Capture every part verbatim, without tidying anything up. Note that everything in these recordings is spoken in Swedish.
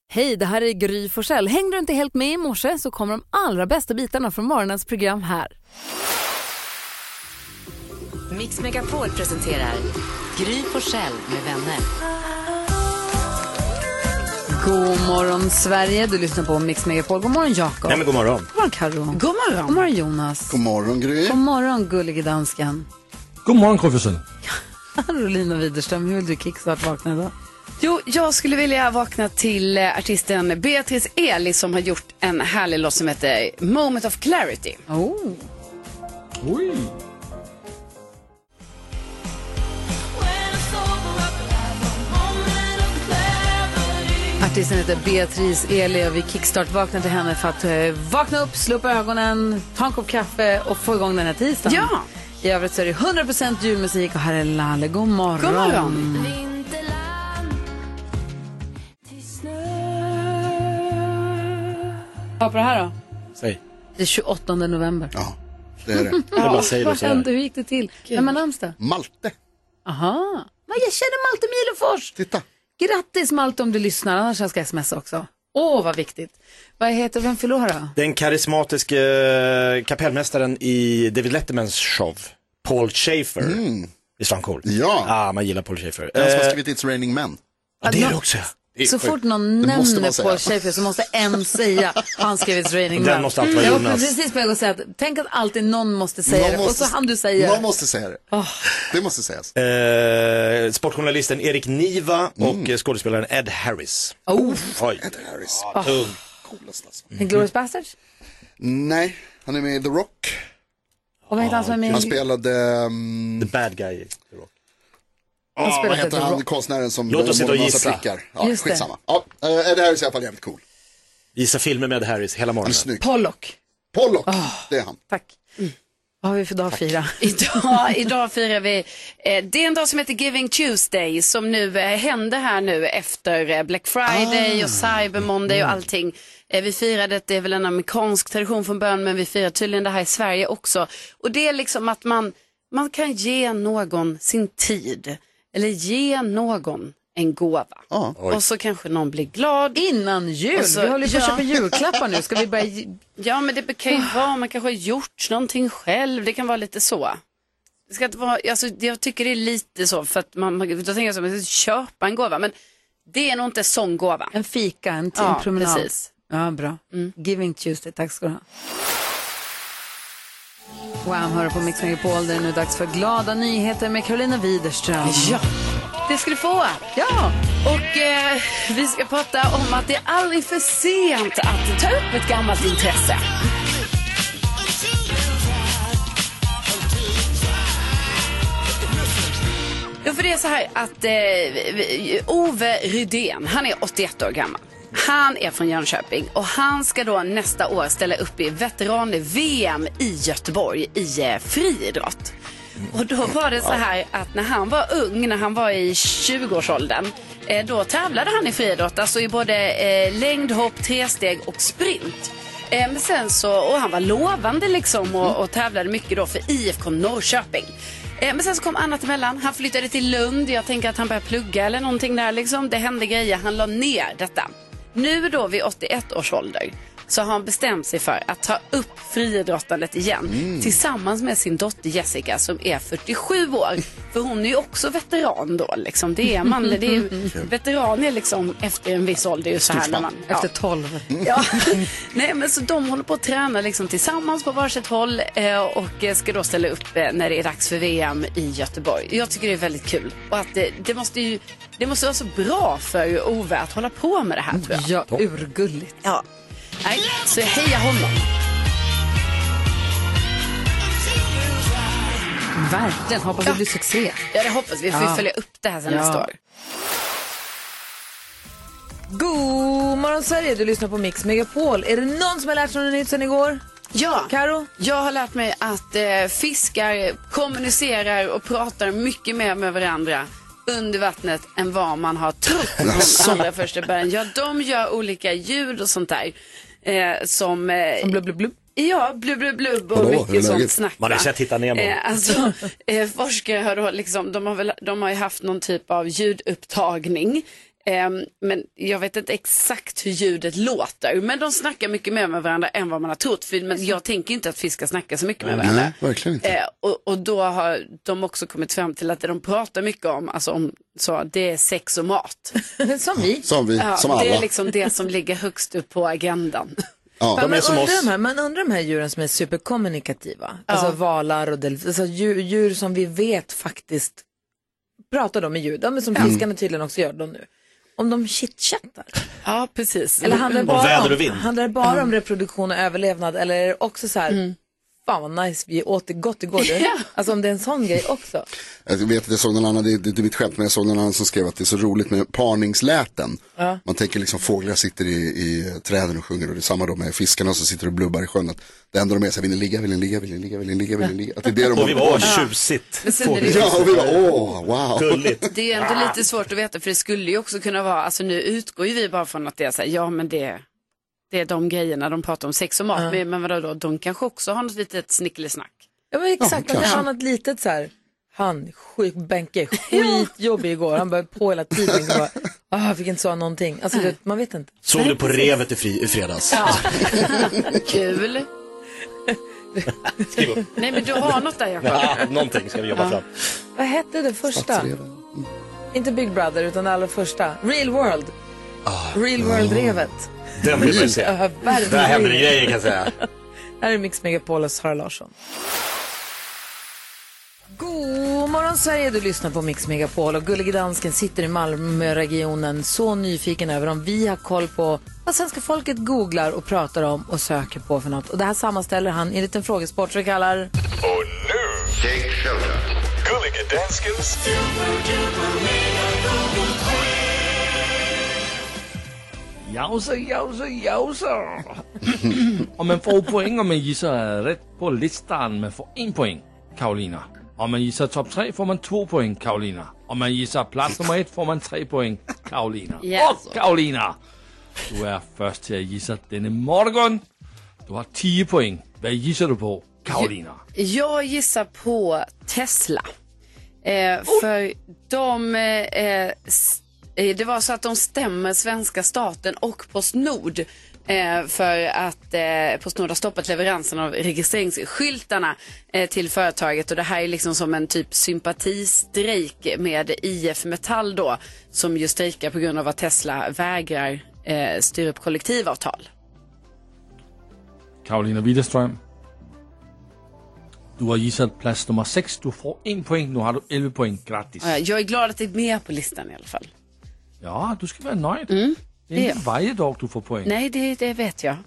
Hej, det här är Gry Forssell. Hängde du inte helt med i morse så kommer de allra bästa bitarna från morgonens program här. Mix Megapol presenterar Gry Forssell med vänner. God morgon Sverige, du lyssnar på Mix Megapol. God morgon Jakob. Nej men god morgon. God morgon Karo. God morgon. God morgon Jonas. God morgon Gry. God morgon gullige dansken. God morgon Gry Forssell. Carolina Widerström, hur vill du kickstart vakna idag? Jo, jag skulle vilja vakna till artisten Beatrice Eli som har gjort en härlig låt som heter Moment of Clarity. Oh. Oj. Artisten heter Beatrice Eli och vi kickstart vaknar till henne för att uh, vakna upp, slå upp ögonen, ta en kopp kaffe och få igång den här tisdagen. Ja. I övrigt så är det hundra procent julmusik och här är Lalle. God morgon. God morgon. Vad på det här då? Säg. Det är tjugoåttonde november. Ja, det är det. Jag bara säger det Vad så hände? här. Hur gick det till? Vem är namnsdag? Malte. Aha. Men jag känner Malte Milefors. Titta. Grattis Malte om du lyssnar, annars jag ska smsa också. Åh, vad viktigt. Vad heter, vem förlorar? Den karismatiska eh, kapellmästaren i David Lettermans show, Paul Schaefer. Mm. Visst var han cool? Ja. Ah, man gillar Paul Schaefer. Den som har Eh, skrivit It's Raining Men. ja, det är det också. Det är Så sjukt. fort någon Det måste man nämner säga. Paul Schaefer så måste en säga han skrivit Raining Den Man. måste alltid vara Jag var Jonas. precis på väg att säga att tänk att alltid någon måste säga Någon det måste- och så han du säger. Någon måste säga det. Det måste sägas. Eh, sportjournalisten Erik Niva och eh, skådespelaren Ed Harris. Oh. Oj, Ed Harris. tung. Coolast alltså. En Glorious Bastards? Nej, han är med i The Rock. Och vad heter han som är med? Han spelade... Um, The bad guy i The Rock. ah, vad spelade heter The han, Rock. konstnären som Låt oss sitta och målar massa gissa. prickar. Ja, Just det. skitsamma. Ja, uh, Ed Harris är i alla fall jävligt cool. Gissa filmer med Ed Harris hela Han är morgonen. snygg. Pollock. Pollock, det är han. Tack. Vad har vi för dag att fira? Idag, idag firar vi, eh, det är en dag som heter Giving Tuesday som nu eh, händer här nu efter eh, Black Friday och Cyber Monday och allting. Eh, vi firade, det är väl en amerikansk tradition från början, men vi firar tydligen det här i Sverige också. Och det är liksom att man, man kan ge någon sin tid eller ge någon en gåva. Ja. Och så kanske någon blir glad. Innan jul. Och så- vi håller ju på att ja. köpa julklappar nu. Ska vi börja... Ja, men det kan ju vara, man kanske har gjort någonting själv, det kan vara lite så. Det ska inte vara, alltså, jag tycker det är lite så, för att man, man då tänker jag så, man ska köpa en gåva, men det är nog inte sån gåva. En fika, en, Ja, en promenad. precis. Ja, bra. Giving Tuesday, tack ska du ha. Wham, hör på Mix Megapol. Det är nu dags för glada nyheter med Carolina Widerström. Ja, det ska du få. Ja. Och eh, vi ska prata om att det är aldrig för sent att ta upp ett gammalt intresse. Ja, för det är så här att eh, Ove Rydén, han är åttioett år gammal. Han är från Jönköping och han ska då nästa år ställa upp i veteran-V M i Göteborg i eh, friidrott. Och då var det så här att när han var ung, när han var i tjugoårsåldern, eh, då tävlade han i friidrott, alltså i både eh, längdhopp, tresteg och sprint. Eh, men sen så, och han var lovande liksom och, och tävlade mycket då för I F K Norrköping. Eh, men sen så kom annat emellan. Han flyttade till Lund. Jag tänker att han började plugga eller någonting där liksom. Det hände grejer. Han la ner detta. Nu då vid åttioett års ålder så har han bestämt sig för att ta upp friidrottandet igen mm. tillsammans med sin dotter Jessica som är fyrtiosju år. För hon är ju också veteran då liksom. Det är man, det är veteran är liksom efter en viss ålder så här när man, ja. Efter tolv. Ja. Nej, men så de håller på att träna liksom tillsammans på varsitt håll eh, och ska då ställa upp eh, när det är dags för V M i Göteborg. Jag tycker det är väldigt kul och att det, det måste ju det måste vara så bra för Ove att hålla på med det här, tror jag. Ja, urgulligt. Ja. Nej, så heja honom. Verkligen, hoppas Ja. det blir succé. Ja, det hoppas vi. Får Ja. följa upp det här sen Ja. nästa år. God morgon Sverige, du lyssnar på Mix Megapol. Är det någon som har lärt sig något nytt sen igår? Ja, Karo? jag har lärt mig att eh, fiskar kommunicerar och pratar mycket mer med varandra under vattnet än vad man har trott från allra första början. Ja, de gör olika ljud och sånt där. Eh, som... Eh, Som blubb, blubb, blubb. Ja, blubb, blubb, blubb och Vadå? Hur är mycket sånt läget? snack. Man har va? sett Titta Nemo. Eh, alltså, eh, forskare har då liksom, de har, väl, de har ju haft någon typ av ljudupptagning Um, men jag vet inte exakt hur ljudet låter. Men de snackar mycket mer med varandra än vad man har trott. För, men jag tänker inte att fiskar snackar så mycket med varandra. Nej, verkligen inte. Uh, och, och då har de också kommit fram till att det de pratar mycket om, alltså om så, det är sex och mat. Som vi. Som vi, Ja, som alla. det är liksom det som ligger högst upp på agendan. Ja. Ja, De är man, som undrar oss. de här, man undrar de här djuren som är superkommunikativa. Alltså valar och delfiner. Alltså djur, djur som vi vet faktiskt pratar de med ljud. De är som fiskarna tydligen också gör de nu. Om de chitchattar. Ja, precis. Eller handlar det Om bara, väder om, och vind. handlar det bara om reproduktion och överlevnad? Eller är det också så här, mm. fan vad nice, vi åt det gott igår. Du. Alltså om det är en sån grej också. Jag vet att jag såg någon annan, det är inte mitt skämt, men jag såg någon annan som skrev att det är så roligt med parningsläten. Ja. Man tänker liksom fåglar sitter i, i träden och sjunger, och det är samma då med fiskarna som sitter och blubbar i sjön. Att det enda de är så här, vill ni ligga, vill ni ligga, vill ni ligga, vill ni ligga, vill ni ligga. Att det är det de Och vi var tjusigt. Ja, och vi var, åh, wow. Gulligt. Det är ändå lite svårt att veta, för det skulle ju också kunna vara, alltså nu utgår ju vi bara från att det är så här, ja men det, det är de grejerna de pratar om, sex och mat, ja. men, men vadå då, de kanske också har något litet snickelsnack. Ja men exakt, Ja, om det kanske. har något litet så här, han, skit, Benke, skitjobbig igår, han började på hela tiden, så bara, ah, fick inte säga någonting, alltså det, man vet inte. Såg du på revet i, fri, i fredags? Ja. Kul. Nej men du har något där, Jakob. Ja, någonting ska vi jobba fram. Vad hette det första? Inte Big Brother utan det allra första. Real World. Ah. Real World-revet. Den vill man se. Ja, verkligen. Där händer det grejer kan jag säga. Här är Mix Megapol och Sara Larsson. God morgon Sverige, du lyssnar på Mix Megapol och Gullige Dansken sitter i Malmöregionen så nyfiken över om vi har koll på vad svenska folket googlar och pratar om och söker på för något. Och det här sammanställer han i en liten frågesport som vi kallar... Och nu, take shelter. Gullige Danskens Jausa, jausa, jausa. Och man får poäng om man gissar rätt på listan. Man får en poäng, Karolina. Om man gissar topp tre får man två poäng, Karolina. Om man gissar plats nummer ett får man tre poäng, Karolina. Yes. Och Karolina, du är först till att gissa denna morgon. Du har tio poäng. Vad gissar du på, Karolina? Jag gissar på Tesla. Eh, för de... Eh, s- eh, det var så att de stämmer svenska staten och Postnord eh, för att eh, Postnord har stoppat leveransen av registreringsskyltarna eh, till företaget. Och det här är liksom som en typ sympatistrejk med I F Metall då, som ju strejkar på grund av att Tesla vägrar eh, styra upp kollektivavtal. Karolina Widerström. Du har gissat plats nummer sex. Du får en poäng. Nu har du elva poäng. Grattis. Eh, Jag är glad att det är med på listan i alla fall. Ja, du ska vara nöjd. Mm, det är det inte är. varje dag du får poäng. Nej, det, det vet jag.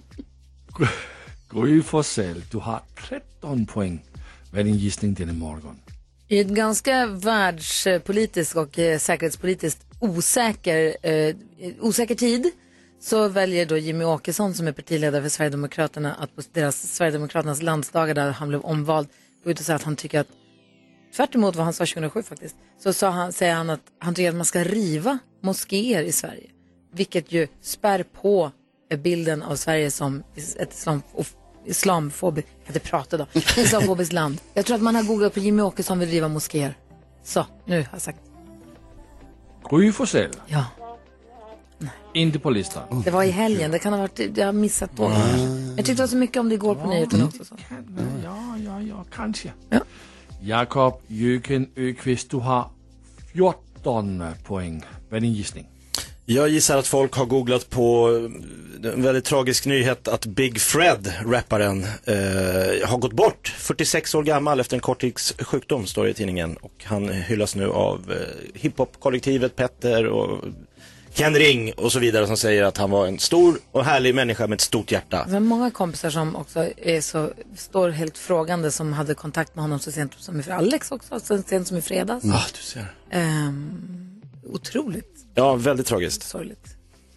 Gry Forssell, du har tretton poäng. Vad är din gissning denna morgon? I ett ganska världspolitisk och eh, säkerhetspolitiskt osäker, eh, osäker tid så väljer då Jimmy Åkesson som är partiledare för Sverigedemokraterna att på deras Sverigedemokraternas landsdagar där han blev omvald gå ut och säga att han tycker att, tvärt emot vad han sa tjugohundrasju faktiskt, så sa han, säger han att han tycker att man ska riva moskéer i Sverige. Vilket ju spär på bilden av Sverige som ett islam, islamfobiskt, jag kan inte prata då, islamfobiskt land. Jag tror att man har googlat på Jimmy Åkesson vill riva moskéer. Så, nu har jag sagt. Gry Forssell, Ja, inte på listan. det var i helgen, det kan ha varit, jag har missat då. Jag tyckte det var så mycket om det igår på nyheterna också. Så. Ja, ja, ja, kanske. Ja. Jakob Jöken Öqvist, du har fjorton poäng. Vad är din gissning? Jag gissar att folk har googlat på en väldigt tragisk nyhet att Big Fred, rapparen, eh, har gått bort. fyrtiosex år gammal efter en kort tids sjukdom, står det i tidningen. Och han hyllas nu av eh, hiphop-kollektivet Petter och Ken Ring och så vidare, som säger att han var en stor och härlig människa med ett stort hjärta. Det är många kompisar som också är så, står helt frågande som hade kontakt med honom så sent som i fredags. Alex också, så sent som i fredags. Ja, ah, du ser. Ehm, otroligt Ja, väldigt tragiskt. sorgligt.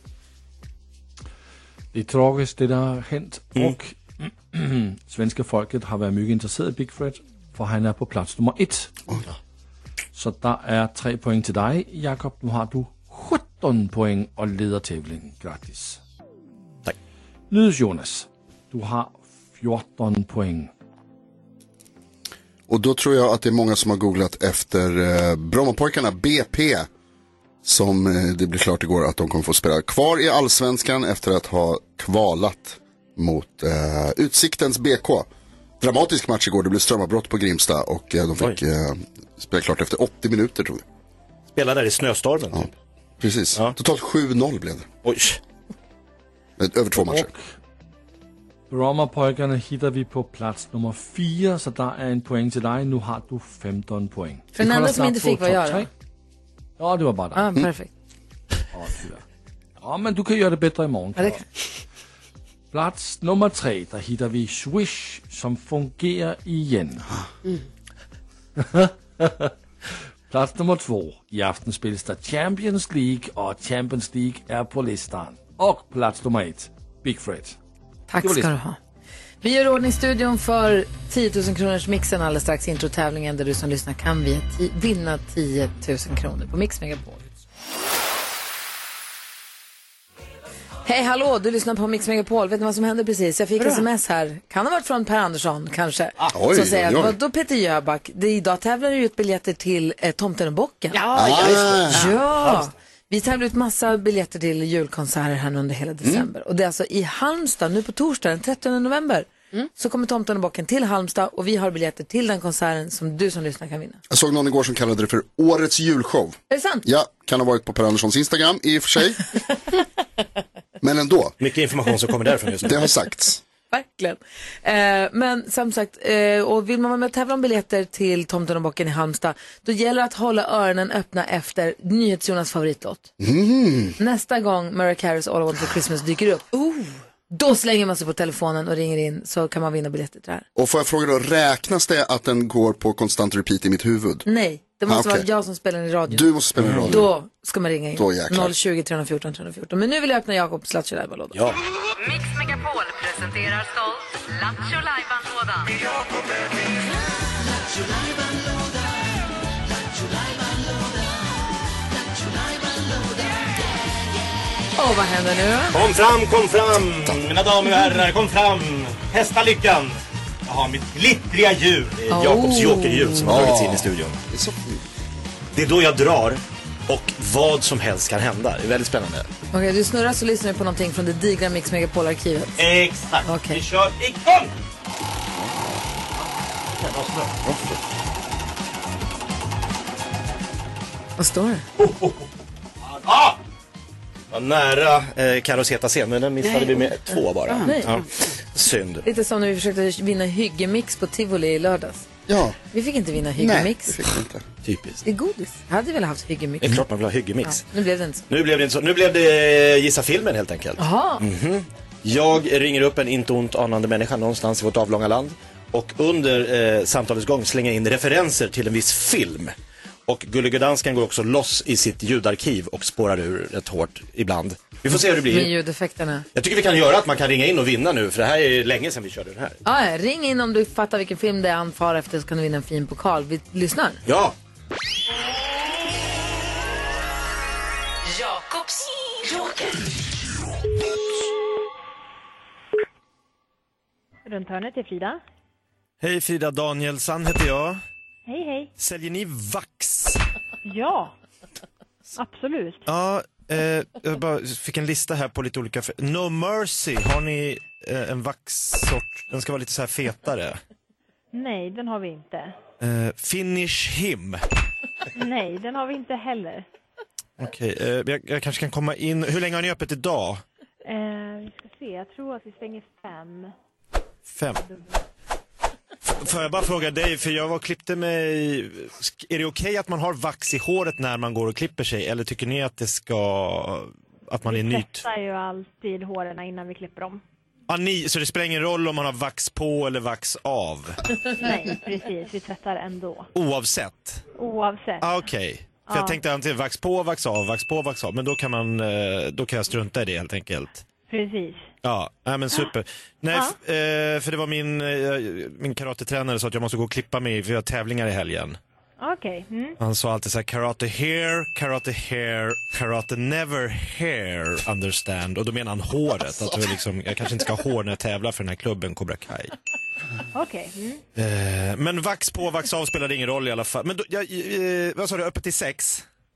Det är tragiskt det där har hänt. Mm. Och svenska folket har varit mycket intresserade i Big Fred, för han är på plats nummer ett. Oh. Så där är tre poäng till dig, Jakob. Nu har du sjutton poäng och leder tävlingen. Grattis. Tack. Nydes Jonas, du har fjorton poäng. Och då tror jag att det är många som har googlat efter eh, Brommapojkarna B P. som eh, det blev klart igår att de kommer få spela kvar i Allsvenskan efter att ha kvalat mot eh, Utsiktens B K. Dramatisk match igår, det blev strömavbrott på Grimsta och eh, de fick eh, spela klart efter åttio minuter tror jag. Spela där i snöstormen. Ja, precis. Ja. Totalt sju noll blev det. Oj. Över två matcher. Brommerpojkarna hittar vi på plats nummer fyra, så där är en poäng till dig. Nu har du femton poäng. För den enda som inte fick var jag då? Ja, det var bara Ja, dig. perfekt. Ja, tyvärr. Ja, men du kan göra det bättre imorgon. Ja, det kan. Plats nummer tre, där hittar vi Swish som fungerar igen. Mm. Plats nummer två, i aften spelas där Champions League och Champions League är på listan. Och plats nummer ett, Big Fred. Tack ska du ha. Vi gör ordning studion för tio tusen kronors mixen alldeles strax, introtävlingen där du som lyssnar kan via ti- vinna tio tusen kronor på Mix Megapol. Hej, hallå, du lyssnar på Mix Megapol. Vet ni vad som hände precis? Jag fick ett sms här. Kan ha varit från Per Andersson, kanske. Ah, oj, som säger oj, oj. att, vadå Peter Jöback? Det, idag tävlar du ut biljetter till eh, Tomten och Bocken. Ja, just det. Ja, vi tävlar ut massa biljetter till julkonserter här under hela december. Mm. Och det är alltså i Halmstad, nu på torsdag den trettionde november. Mm. Så kommer Tomten och Bocken till Halmstad och vi har biljetter till den konserten som du som lyssnar kan vinna. Jag såg någon igår som kallade det för årets julshow. Är det sant? Ja, kan ha varit på Per Anderssons Instagram i och för sig. Men ändå. Mycket information som kommer därifrån just nu. Det har sagts. Verkligen. Eh, men som sagt, eh, och vill man vara med och tävla om biljetter till Tomten och Bocken i Halmstad, då gäller det att hålla öronen öppna efter NyhetsJonas favoritlåt. Mm. Nästa gång Mariah Careys All I Want For Christmas dyker upp, oh, då slänger man sig på telefonen och ringer in, så kan man vinna biljetter till det här. Och får jag fråga då, räknas det att den går på konstant repeat i mitt huvud? Nej, det måste Ah, okay. vara jag som spelar den i radion. Du måste spela i radio. Då ska man ringa in. Då jäklar. noll tjugo, tre fjorton, tre fjorton. Men nu vill jag öppna Jakobs Lattjo Lajban-låda. Ja. Mix Megapol presenterar stolt Lattjo Lajban-lådan. Åh, oh, vad händer nu? Kom fram, kom fram, mina damer och herrar, kom fram. Hästa lyckan. Jag har mitt glittriga djur. Det är Oh. Jakobs jokerdjur som har Ja. tagits in i studion. Det är så... Det är då jag drar och vad som helst kan hända. Det är väldigt spännande. Okej, okay, du snurrar så lyssnar du på någonting från det digra Mix Megapol-arkivet. Exakt. Okej. Vi kör igång! Vad står det? Ah! Var nära eh, Karos heta scen, men den missade vi med två bara. Nej. Ja. Synd. Lite som när vi försökte vinna hyggemix på Tivoli i lördags. Ja, Vi fick inte vinna nej, hyggemix. det fick jag inte. Typiskt. Det är godis. Jag hade väl haft hyggemix. Det är klart man vill ha hyggemix. Ja, nu blev det inte så. Nu blev det inte så. Nu blev det Gissa filmen helt enkelt. Jaha. Mm-hmm. Jag ringer upp en inte ont anande människa någonstans i vårt avlånga land. Och under eh, samtalets gång slänger in referenser till en viss film. Och Gullige Dansken går också loss i sitt ljudarkiv och spårar ur rätt hårt ibland. Vi får se hur det Med blir. ljudeffekterna. Jag tycker vi kan göra att man kan ringa in och vinna nu. För det här är länge sedan vi körde den här. Ja, ring in om du fattar vilken film det är han far efter, så kan du vinna en fin pokal. Vi lyssnar. Ja! Jakobs joker. Runt hörnet är Frida. Hej Frida, Danielsson heter jag. Hej, hej. Säljer ni vax? Ja, absolut. Ja, eh, jag bara fick en lista här på lite olika... f- No Mercy, har ni eh, en vaxsort? Den ska vara lite så här fetare. Nej, den har vi inte. Eh, Finish Him. Nej, den har vi inte heller. Okej, eh, jag, jag kanske kan komma in... Hur länge har ni öppet idag? Eh, vi ska se, jag tror att vi stänger fem. Fem. F- Får jag bara fråga dig, för jag var och klippte mig... Är det okej att man har vax i håret när man går och klipper sig? Eller tycker ni att det ska... Att man är Vi nytt? tvättar ju alltid håren innan vi klipper dem. Ah, ni, så det spelar ingen roll om man har vax på eller vax av? Nej, precis. Vi tvättar ändå. Oavsett? Oavsett. Ah, okej. För Ja. jag tänkte antingen vax på, vax av, vax på, vax av. Men då kan man, eh, då kan jag strunta i det helt enkelt. Precis. Ja, nej, men super. Nej, Ja. f- eh, för det var min, eh, min karatetränare sa att jag måste gå och klippa mig för jag har tävlingar i helgen. Okej. Mm. Han sa alltid så här: karate here, karate hair, karate never hair, understand. Och då menar han håret. Att du liksom, jag kanske inte ska ha hår när jag tävlar för den här klubben Cobra Kai. Okej. Mm. Eh, men vax på, vax av spelar ingen roll i alla fall. Men då, jag, eh, vad sa du, öppet till sex?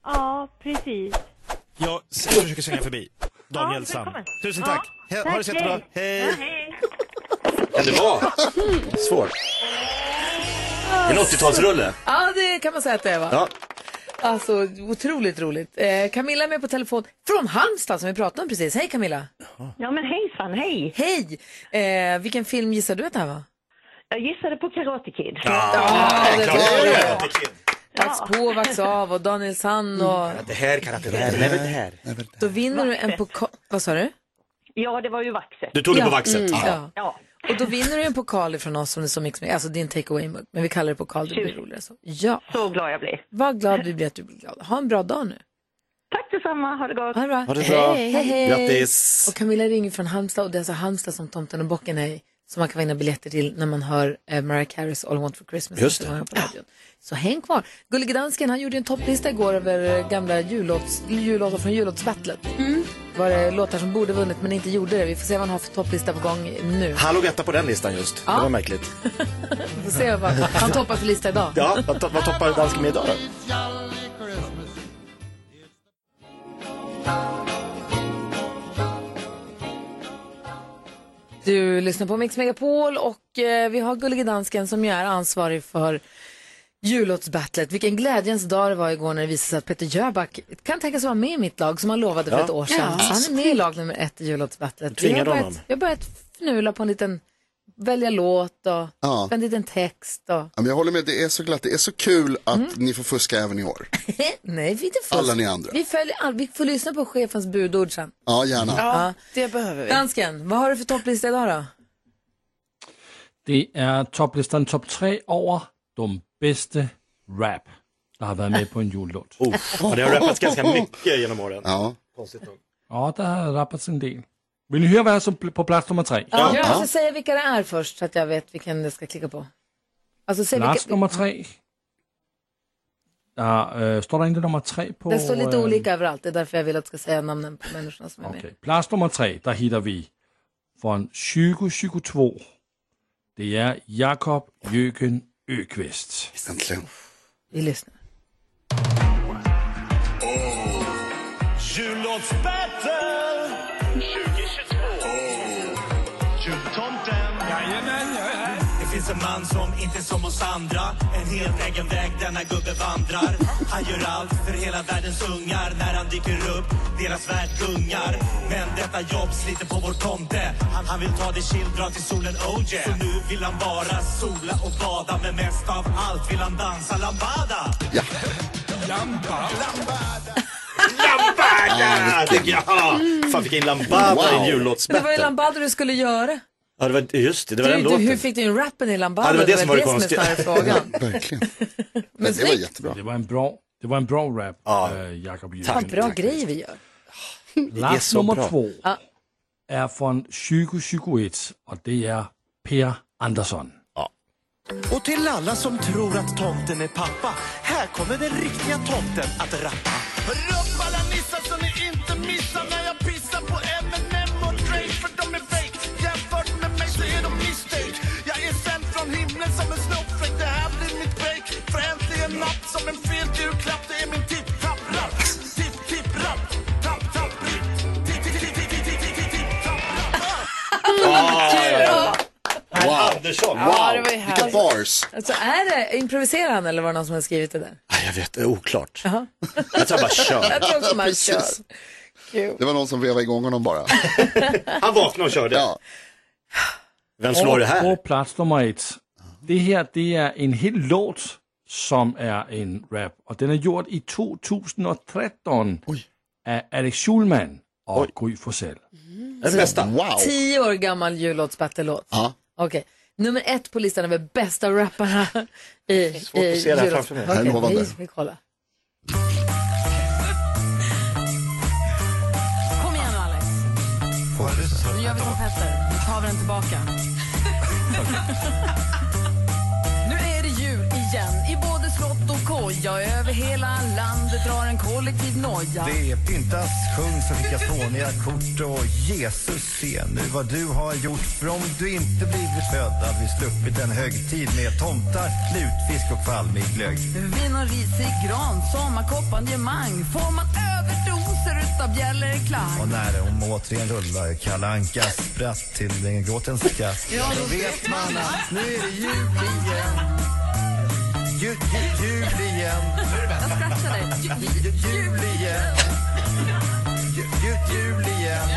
Ja, precis. Jag s- jag försöker svänga förbi. Daniel Ja, Sam. välkommen. Tusen Ja. tack. He- Tack, ha det så jättebra. hej. Hej. Ja, hej. Kan det vara? Svårt. En åttiotalsrulle. Ja, det kan man säga att det är, va? Ja. Alltså, otroligt roligt. Eh, Camilla är med på telefon från Halmstad som vi pratade om precis. Hej Camilla. Ja men hejsan, hej. Hej. Eh, vilken film gissar du att det här var? Jag gissade på Karate Kid. Ja, det klart var det det. är det. Vax på, vax av och Daniel San och... Det här kan inte vara. Nej, men det här. Då vinner du en pokal... Vad sa du? Ja, det var ju vaxet. Du tog det Ja, på vaxet. mm, Ja. ja. Ja. Och då vinner du en pokal från oss som det är så mycket med. Alltså din takeaway-mugg. Men vi kallar det pokal, det blir roligare så. Ja. Så glad jag blir. Vad glad vi blir att du blir glad. Ha en bra dag nu. Tack detsamma, ha det gott. Ha det bra. Ha det bra. Hej, hej, hej. Grattis. Och Camilla ringer från Halmstad och det är alltså Halmstad som Tomten och bocken är i, som man kan vinna biljetter till när man hör eh, Mariah Careys All I Want For Christmas. Just det. På radion. Så häng kvar. Gullige Dansken, han gjorde en topplista igår över eh, gamla jullåts, jullåtar från jullåtsbattlet. Mm. Var det låtar som borde vunnit men inte gjorde det. Vi får se vad han har för topplista på gång nu. Han låg etta på den listan just. Ja. Det var märkligt. Vi får se vad han toppar för lista idag. Ja, vad, to- vad toppar dansken med idag då? Du lyssnar på Mix Megapol och eh, vi har Gullige Dansken som ju är ansvarig för jullåtsbattlet. Vilken glädjens dag det var igår när det visade sig att Peter Jöback kan tänkas vara med i mitt lag som han lovade för Ja. ett år sedan. Ja. Så han är med i lag nummer ett i jullåtsbattlet. Vi har tvingade börjat, honom. vi har börjat fnula på en liten välja låt och Ja. en liten text. Och... Ja, men jag håller med, det är så glatt. Det är så kul att ni får fuska även i år. Nej, vi är inte fusk. Alla ni andra. Vi, följer all... vi får lyssna på chefens budord sen. Ja, gärna. Ja, det behöver vi. Dansken, vad har du för topplista idag då? Det är topplistan topp tre över de bästa rap, der har varit med på en jullåt. Oh. Ja, det har rappats ganska mycket genom åren. Ja. Konstigt nog. Ja, der har rappats en del. Vill ni höra vad som på plats nummer tre? Ja, jag måste säga vilka det är först så att jag vet vilken jag ska klicka på. Alltså, säg Plats vilka... nummer tre. Der, øh, står der inte nummer tre på... Det står lite øh, olika överallt, det är därför jag vill att du ska säga namnen på människorna som är med. Okay. Plats nummer tre, der hittar vi från tjugo tjugotvå. Det är Jakob Jöken Öqvist. Äntligen. Vi lyssnar. Jullåtsbattle tjugohundratjugotvå. Jultomten. Jajamän, jag är här. Det finns en man som inte är som oss andra. En helt egen väg denna gubbe vandrar. Han gör allt för hela världens ungar. När han dyker upp, deras värld gungar. Men detta jobb sliter på vår tomte. Han, han vill ta det chill, dra till solen, oh yeah. Så nu vill han bara sola och bada. Men mest av allt vill han dansa lambada. Ja. Lambada. Lambada. Lambada! Tycker jag. Fan, fick in lambada Wow. i en Det var ju jullåtsbattle. Lambada du skulle göra. Ja, det var just det. Det var den Du, du, hur låten. fick du in rappen i Lambada? Ja, det var det som var det är konstiga. snarare frågan. Verkligen. Men det var snyggt. jättebra. Det var en bra, det var en bra rap, Ja. øh, Jakob Vad Jöken. bra grejer vi gör. Plats så nummer bra. två Ja. är från tjugo tjugoett och det är Per Andersson. Och till alla som tror att tomten är pappa, här kommer den riktiga tomten att rappa. Upp alla nissar så ni inte missar när jag pissar på M and M och Drake, för de är fake. Jämfört med mig så är de mistake. Jag är sänd från himlen som en snowflake. Det här blir mitt break. För äntligen natt som en fel julklapp. Det är min tipp-tapp-rapp. Tipp-tipp-rapp. Tapp-tapp-ripp. Tipp-tipp-tipp-tipp-tapp-rapp. Wow. Andersson. Ja, det var ju Vilka härligt. bars. Alltså är det, improviserar han eller var det någon som har skrivit det där? Nej, jag vet, det är oklart. Jaha. Jag tror jag bara kör. Jag tror också man kör. Precis. Det var någon som vevade igång honom bara. Han vaknade och körde. Ja. Vem slår det Och här? på plats nummer ett. Det här det är en hel låt som är en rap och den är gjord i tjugohundratretton Oj. av Alex Schulman och Oj. Gry Forssell. Den bästa. Wow. Tio år gammal jullåtsbattle-låt. Ja. Okej. Nummer ett på listan över bästa rapparna i, Svårt i att se det här jullåts- framför mig. Okej, Det här är lovande. vi, vi kollar. Kom igen nu, Alex. Nu gör vi som Petter. Nu tar vi den tillbaka. Nu är det jul igen. igen. I både slott och koja, över hela landet drar en kollektiv noja. Det pyntas, sjungs och skickas fåniga kort och Jesus se nu vad du har gjort. För om du inte blivit född hade vi sluppit en högtid med tomtar, lutfisk och kvalmig glögg. Vin och risig gran, sommarkompanjemang, får man överdoser utav bjällerklang. Och när hon återigen rullar Kalle Ankas spratt till den gråtens skatt, ja, då vet man att nu är det jul igen. Jul, jul, jul igen. Jag scratchade. Jul, jul igen. Jul, jul, jul igen.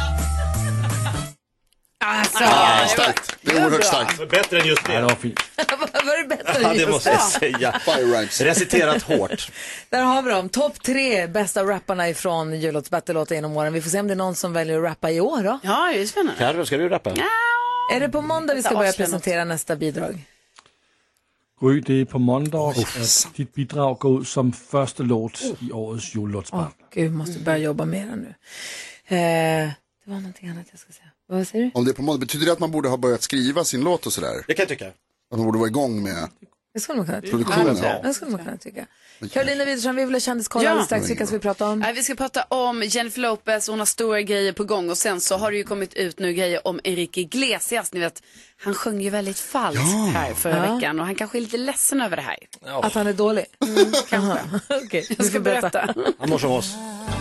Alltså, Ja, starkt. Det är oerhört starkt. Bättre än just det. Ja, det var fint. var det bättre Ja, än det just måste jag säga. Fire rhymes. Reciterat hårt. Där har vi dem. Topp tre bästa rapparna ifrån jullåtsbattle-låtar genom åren. Vi får se om det är någon som väljer att rappa i år då. Ja, det är spännande. Carro, ska du rappa? Ja. Är det på måndag vi ska börja presentera nästa bidrag? Gry, det är på måndag att ditt bidrag går ut som första låt i årets jullåtsbattle. Åh, gud, måste börja jobba mer nu. Eh, det var någonting annat jag ska säga. Vad säger du? Om det är på måndag, betyder det att man borde ha börjat skriva sin låt och sådär? Det kan jag tycka. Att man borde vara igång med Det skulle man kunna tycka. produktionen? Ja, det skulle man kunna tycka. Carolina Widerström, vi vill ha kändiskoll Ja. alldeles strax. Vilka ska vi prata om? Nej, vi ska prata om Jennifer Lopez, hon har stora grejer på gång och sen så har det ju kommit ut nu grejer om Enrique Iglesias. Ni vet, han sjöng ju väldigt falskt Ja. här förra Ja. veckan och han kanske är lite ledsen över det här. Att han är dålig? Mm, kanske. Okej, Jag ska berätta. Han mår som oss.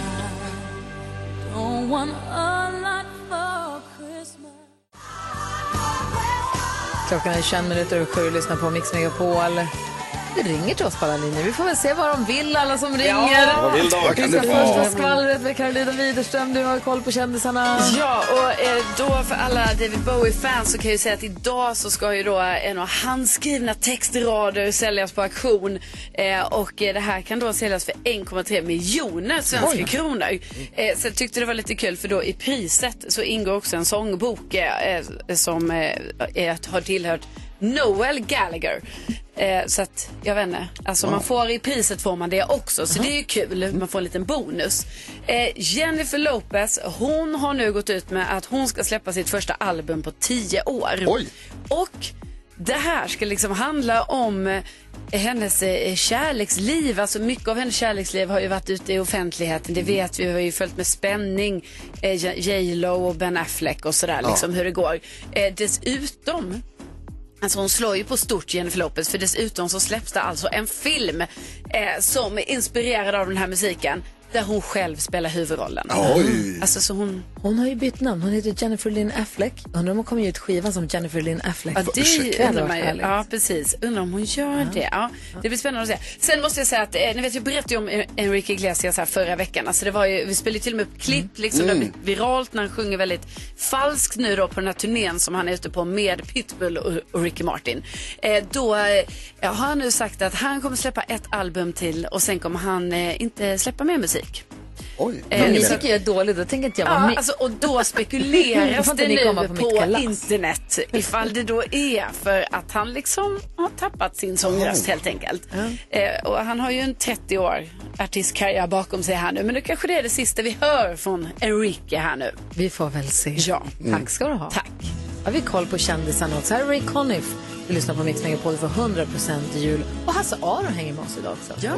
Klockan är tjugoett minuter över sju och lyssnar på Mix Megapol. Det ringer till oss på alla linjer. Vi får väl se vad de vill, alla som ringer. Ja. Vad vill de? Vad Vi kan ska det först vara? ha skvallret med Carolina Widerström. Du har koll på kändisarna. Ja, och eh, då för alla David Bowie-fans så kan jag ju säga att idag så ska ju då en av handskrivna textrader säljas på auktion. Eh, och eh, det här kan då säljas för en komma tre miljoner svenska Oj. kronor. Eh, så jag tyckte det var lite kul för då i priset så ingår också en sångbok eh, som eh, är, har tillhört Noel Gallagher. Eh, så att, jag vet inte, alltså man får i priset får man det också, så det är ju kul, man får en liten bonus. Eh, Jennifer Lopez, hon har nu gått ut med att hon ska släppa sitt första album på tio år. Oj. Och det här ska liksom handla om eh, hennes eh, kärleksliv, alltså mycket av hennes kärleksliv har ju varit ute i offentligheten, det vet vi, vi har ju följt med spänning eh, J Lo och Ben Affleck och sådär, liksom Ja. hur det går. Eh, dessutom Alltså hon slår ju på stort Jennifer Lopez, för dessutom så släpps det alltså en film eh, som är inspirerad av den här musiken där hon själv spelar huvudrollen. Oj. Alltså så hon... Hon har ju bytt namn. Hon heter Jennifer Lynn Affleck. Undrar om hon kommer ge ut skivan som Jennifer Lynn Affleck. Ja, det hade undrar varit man ju. härligt. Ja, precis. Undrar om hon gör det. Ja, det blir spännande att se. Sen måste jag säga att, eh, ni vet, jag berättade ju om Enrique Iglesias här förra veckan. Alltså det var ju, vi spelade ju till och med upp klipp, liksom, Mm. det har blivit viralt när han sjunger väldigt falskt nu då på den här turnén som han är ute på med Pitbull och, och Ricky Martin. Eh, då eh, har han nu sagt att han kommer släppa ett album till och sen kommer han eh, inte släppa mer musik. Oj. Men ni tycker jag är dålig, då tänker inte jag vara Ja, med. alltså, och då Får spekuleras inte det ni nu komma på, på mitt kalas? internet ifall det då är för att han liksom har tappat sin sångröst helt enkelt. Eh, och han har ju en trettio år artistkarriär bakom sig här nu, men det kanske det är det sista vi hör från Enrique här nu. Vi får väl se. Ja. Tack ska du ha. Tack. Har vi koll på kändisarna också. Här är Ray Conniff. Vi lyssnar på Mix Megapol för hundra procent jul. Och Hasse Aro hänger med oss idag också. Ja.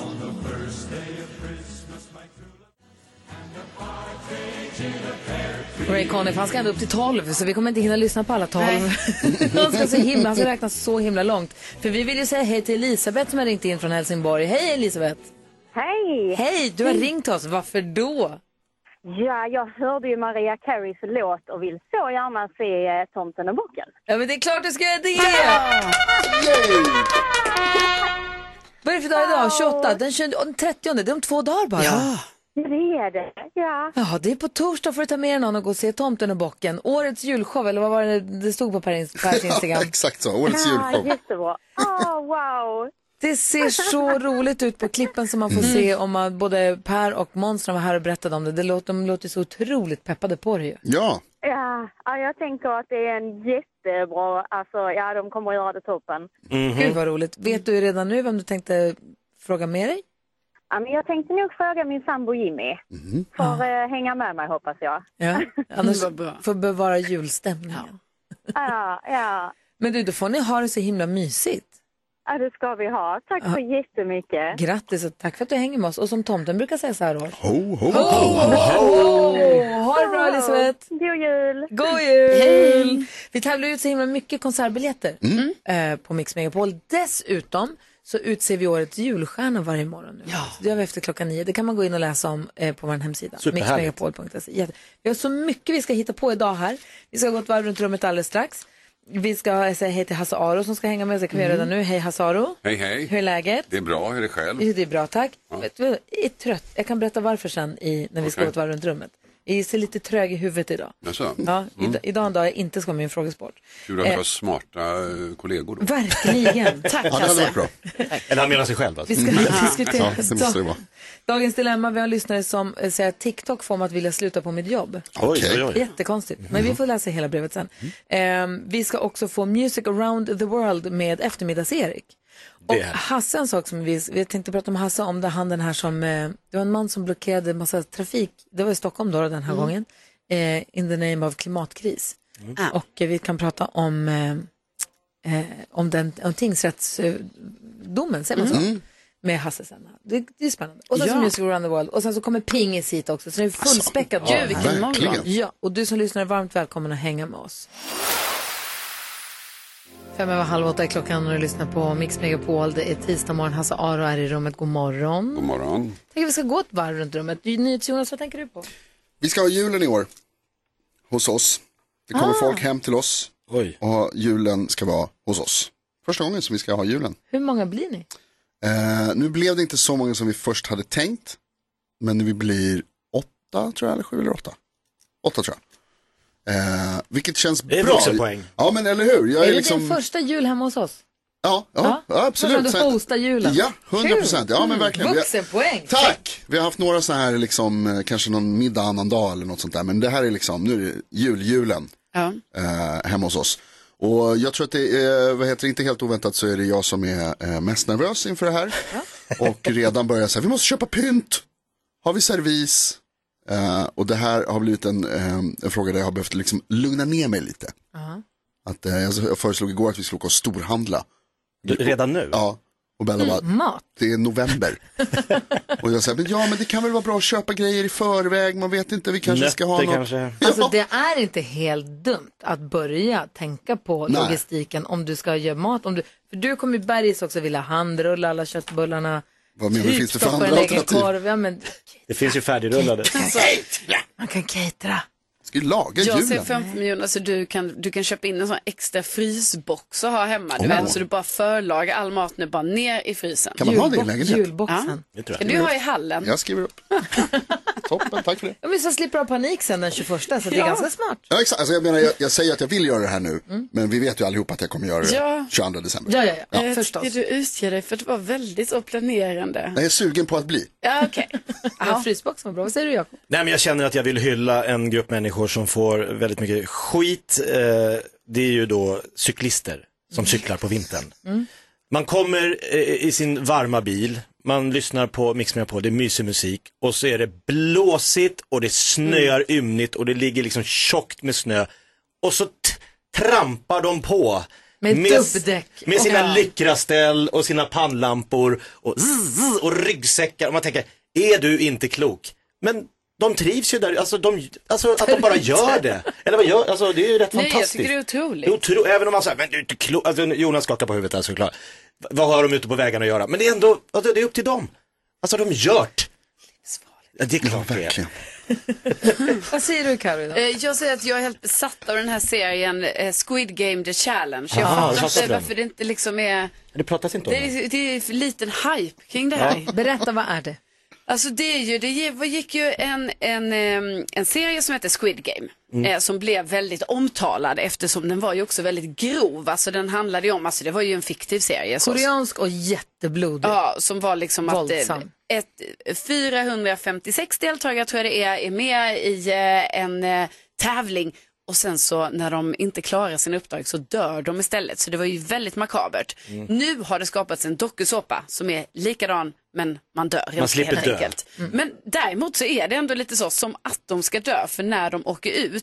Ray Conniff, han ska ända upp till tolv, så vi kommer inte hinna lyssna på alla tolv. han, ska så himla, han ska räkna så himla långt. För vi vill ju säga hej till Elisabeth som har ringt in från Helsingborg. Hej Elisabeth! Hej! Hej, du har ringt oss. Varför då? Ja, jag hörde ju Mariah Careys låt och vill så gärna se eh, Tomten och bocken. Ja, men det är klart du ska göra det! Vad är det för dag idag? tjugoåtta, den tjugonde, den trettionde, det är om två dagar bara. Ja. Det är det, ja. Ja, det är på torsdag får du ta med någon och gå och se Tomten och bocken. Årets julshow, eller vad var det det stod på Pers Pers Instagram? Ja, exakt så, årets julshow. Ja, jättebra. Åh, wow. Det ser så roligt ut på klippen som man får Mm. se om man, både Per och Måns var här och berättade om det. det låter, de låter så otroligt peppade på det ju. Ja. Ja, ja, jag tänker att det är en jättebra, alltså ja, de kommer att göra det toppen. Mm-hmm. Gud vad roligt. Vet du redan nu vem du tänkte fråga med dig? Ja, men jag tänkte nog fråga min sambo Jimmy. Mm. Får eh, hänga med mig, hoppas jag. Ja, annars får bevara julstämningen. Ja, ja. Men du, då får ni ha det så himla mysigt. Ja, det ska vi ha. Tack så jättemycket. Grattis och tack för att du hänger med oss. Och som tomten brukar säga så här då. Ho, ho, ho, ho, ho. Ha det bra, Elisabeth. God jul. God jul. Hej. Vi tävlar ut så himla mycket konsertbiljetter mm. eh, på Mix Megapol. Dessutom så utser vi årets julstjärna varje morgon nu. Ja. Så det gör vi efter klockan nio. Det kan man gå in och läsa om eh, på vår hemsida. mix megapol punkt se. Vi har så mycket vi ska hitta på idag här. Vi ska gå ett varv runt rummet alldeles strax. Vi ska säga hej till Hasse Aro som ska hänga med. Det kan vi göra redan nu. Hej Hasse Aro. Hej hej. Hur är läget? Det är bra, hur är det själv? Det är bra, tack. Ja. Vet du, jag är trött. Jag kan berätta varför sen i, när vi ska okay. gå ett varv runt rummet. Jag ser lite trög i huvudet idag. Jaså? Ja, mm. idag, idag en dag jag inte ska med min frågesport. Kul att ha eh, smarta kollegor då. Verkligen. Tack, ja, det hade varit bra. Eller han menar sig själv. Alltså. Vi ska mm. diskutera. Ja, det måste det vara. Dagens dilemma, vi har lyssnare som säger att TikTok får mig att vilja sluta på mitt jobb. Okay. Jättekonstigt, men vi får läsa hela brevet sen. Mm. Eh, vi ska också få Music Around the World med eftermiddags-Erik. Och Hasse, en sak som vi, vi tänkte prata om Hasse, om det han den här som, eh, det var en man som blockerade en massa trafik, det var i Stockholm då den här mm. gången, eh, in the name of klimatkris. Mm. Och eh, vi kan prata om, eh, eh, om den om tingsrättsdomen, säger man så? Mm. Med Hasse sen. Det, det är spännande. Och sen ja. så Music Around the World. Och sen så kommer Pingis hit också. Så det är fullspäckat. Alltså, ja, vilken morgon. Ja, och du som lyssnar är varmt välkommen att hänga med oss. Fem över halv åtta är klockan och du lyssnar på Mix Megapol. Det är tisdag morgon. Hasse Aro är i rummet. God morgon. God morgon. Tänker vi ska gå ett varv runt rummet. Nyhets Jonas, vad tänker du på? Vi ska ha julen i år. Hos oss. Det kommer ah. folk hem till oss. Oj. Och julen ska vara hos oss. Första gången som vi ska ha julen. Hur många blir ni? Uh, nu blev det inte så många som vi först hade tänkt. Men vi blir åtta tror jag, eller sju eller åtta. Åtta tror jag. Uh, vilket känns det är bra. Vuxenpoäng. Ja, men eller hur? Jag är, är det liksom... din första jul hemma hos oss? Ja, ja, ja, ja absolut. Du hostar julen. Ja, hundra procent. Ja, men verkligen. Vuxenpoäng. Tack! Vi har haft några så här, liksom, kanske någon middag annan dag eller något sånt där. Men det här är liksom, nu är det juljulen ja. uh, hemma hos oss. Och jag tror att det är, vad heter det, inte helt oväntat så är det jag som är eh, mest nervös inför det här. Ja. Och redan börjar säga, vi måste köpa pynt. Har vi servis? Uh, och det här har blivit en, um, en fråga där jag har behövt liksom lugna ner mig lite. Uh-huh. Att, uh, jag föreslog igår att vi skulle åka och storhandla. Du, redan nu? Ja. Och Bella bara, mm, mat. Det är november. Och jag säger, men ja men det kan väl vara bra att köpa grejer i förväg. Man vet inte, vi kanske Nötter, ska ha något. Kanske. Ja. Alltså det är inte helt dumt att börja tänka på Nej. logistiken om du ska göra mat. Om du, för du kommer i Bergs också vilja handrulla alla köttbullarna. Vad menar du, finns det för andra alternativ? Korv, ja, men... Det finns ju färdigrullade. Alltså, man kan catera. Ska ju laga jag julen. ser framför mig, alltså, du, kan, du kan köpa in en sån extra frysbox och ha hemma. Du oh. vet, så du bara förlagar all mat nu bara ner i frysen. Kan man Julbo- ha det i lägenhet? Julboxen. Ja. Det kan du ha i hallen. Jag skriver upp. Toppen, tack för det. Ja, men så slipper ha panik sen den tjugoförsta, så det är ja. ganska smart. Ja, exakt. Alltså, jag, menar, jag, jag säger att jag vill göra det här nu, mm. men vi vet ju allihopa att jag kommer göra det ja. tjugoandra december. Ja, ja, ja. ja. Jag förstås. tycker du utger dig för att vara väldigt så planerande. Jag är sugen på att bli. Ja, okej. Okay. Ja, frysboxen var bra. Vad säger du, Jakob? Nej, men jag känner att jag vill hylla en grupp människor som får väldigt mycket skit. Eh, det är ju då cyklister som cyklar på vintern. Mm. Man kommer eh, i sin varma bil, man lyssnar på Mix Megapol, det är mysig musik och så är det blåsigt och det snöar mm. ymnigt och det ligger liksom tjockt med snö och så t- trampar de på med, med, med sina ja. lycraställ och sina pannlampor och, zzz, och ryggsäckar och man tänker, är du inte klok? Men de trivs ju där, alltså, de, alltså att de bara gör det. Eller vad gör, alltså det är ju rätt Nej, fantastiskt. Nej, jag tycker det är otroligt. Det är otro, även om man säger, men du är inte klok, alltså Jonas skakar på huvudet där såklart. Vad har de ute på vägarna att göra? Men det är ändå, alltså, det är upp till dem. Alltså de gjort. Ja, det är klart ja, verkligen. Vad säger du, Karin? Jag säger att jag är helt besatt av den här serien Squid Game The Challenge. Jag ah, fattar inte varför det inte liksom är... Det pratas inte om det. Är, det är för liten hype kring det här. Ja. Berätta, vad är det? Alltså det är ju, det gick ju en, en, en serie som heter Squid Game. Mm. Som blev väldigt omtalad eftersom den var ju också väldigt grov. Alltså den handlade ju om, alltså det var ju en fiktiv serie. Koreansk och jätteblodig. Ja, som var liksom Våldsam. att ett, fyrahundrafemtiosex deltagare tror jag det är, är med i en tävling. Och sen så när de inte klarar sin uppdrag så dör de istället. Så det var ju väldigt makabert. Mm. Nu har det skapats en dokusåpa som är likadan men man dör. Man slipper helt dö. Enkelt. Mm. Men däremot så är det ändå lite så som att de ska dö. För när de åker ut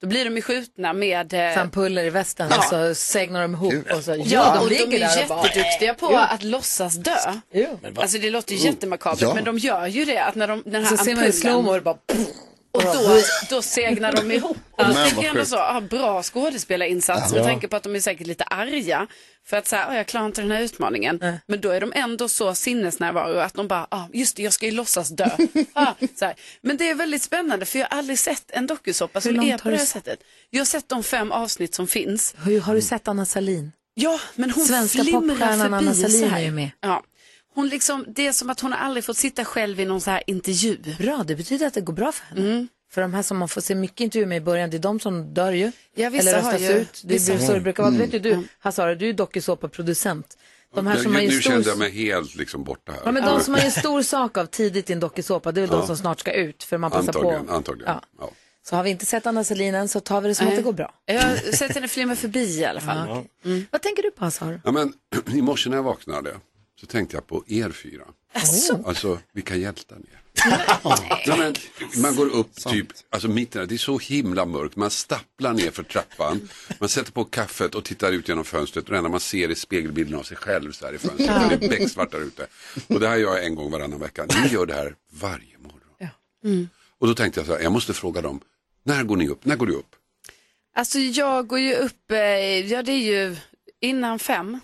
Då blir de ju skjutna med... Eh... Sampuller i västen Ja. och så segnar de ihop. Och så, Ja, ja, och de ligger är där och bara- jätteduktiga på Jo. att låtsas dö. Jo. Alltså det låter ju Mm. jättemakabert, Ja. men de gör ju det. Att när de, den här Så ser man i slow-mo och det bara... Och då, då segnar de ihop. Och då Men tycker vad jag ändå sjukt. så, ah, bra skådespelarinsats. Ja. Jag tänker på att de är säkert lite arga. För att säga, ah, jag klarar inte den här utmaningen. Men då är de ändå så sinnesnärvaro att de bara, ah, just det, jag ska ju låtsas dö. ah, så här. Men det är väldigt spännande, för jag har aldrig sett en dokusåpa som långt är har på du det här sett? sättet. Jag har sett de fem avsnitt som finns. Hur har du sett Anna Salin? Ja, men hon Svenska flimrar popstjärnan Anna förbi Salin så här. är ju med. Ja. Hon liksom, det är som att hon har aldrig fått sitta själv i någon så här intervju. Bra, det betyder att det går bra för henne. Mm. För de här som man får se mycket intervjuer med i början, det är de som dör ju. Ja, vissa eller har röstas ju- ut. Det vissa är så har- det brukar vara. Mm. Vet ju du, Hazara, du är dokusåpa-producent. De här nu som man nu gör kände jag stor... mig helt liksom borta här. Ja, men de som man gör stor sak av tidigt i en dokusåpa, det är väl Ja. de som snart ska ut. För man passar Antagligen, på. antagligen. Ja. Ja. Så har vi inte sett Anna Salin än, så tar vi det som Nej. att det går bra. Jag har sett henne flimra förbi i alla fall. Ja. Mm. Vad tänker du på, Hazara? Ja, men, i morse när jag vaknade så tänkte jag på er fyra. Asså? Alltså, vilka hjältar ni är. Ja, men, man går upp typ, alltså mitten, det är så himla mörkt, man stapplar ner för trappan, man sätter på kaffet och tittar ut genom fönstret och det enda man ser är spegelbilden av sig själv så här i fönstret, Ja. det är becksvart där ute. Och det här gör jag en gång varannan vecka, ni gör det här varje morgon. Mm. Och då tänkte jag så här, jag måste fråga dem, när går ni upp, när går du upp? Alltså jag går ju upp, eh, ja det är ju innan fem.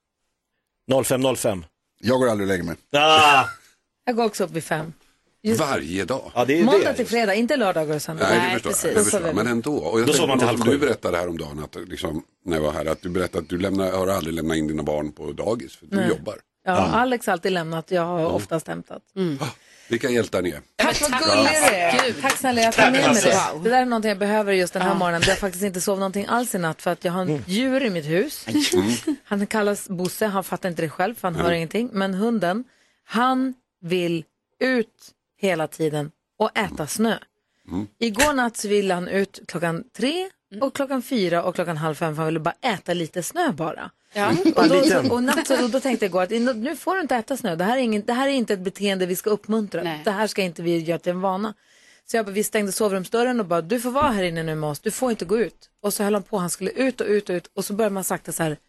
noll fem noll fem. Jag går aldrig och lägger mig. Ah! Jag går också upp vid fem. Just- Varje dag? Ja, det är Måndag det. till fredag, inte lördagar och söndagar. Nej, det förstår jag. Det förstår jag. Men ändå. Och jag Då tänkte sov man på till något halv som du sju. berättade häromdagen, att, liksom, när jag var här, att du berättade att du lämnar, har aldrig lämnat in dina barn på dagis, för du Nej. jobbar. Ja, Alex har alltid lämnat, jag har oftast hämtat. Vilka hjältar ni är. Tack vad tack. gullig du är. Tack snälla, jag tar med mig det. Wow. Det där är någonting jag behöver just den här Ja. morgonen. Jag har faktiskt inte sovit någonting alls i natt för att jag har en djur i mitt hus. Han kallas Bosse, han fattar inte det själv för han hör ingenting. Men hunden, han vill ut hela tiden och äta snö. Igår natt så ville han ut klockan tre och klockan fyra och klockan halv fem för han ville bara äta lite snö bara. Ja. Och, då, så, och, natt, så, och då tänkte jag igår att in- nu får du inte äta snö. Det här är, ingen, det här är inte ett beteende vi ska uppmuntra. Nej. Det här ska inte vi göra till en vana. Så jag bara, vi stängde sovrumsdörren och bara, du får vara här inne nu med oss. Du får inte gå ut. Och så höll han på, han skulle ut och ut och ut. Och så började man sakta så här,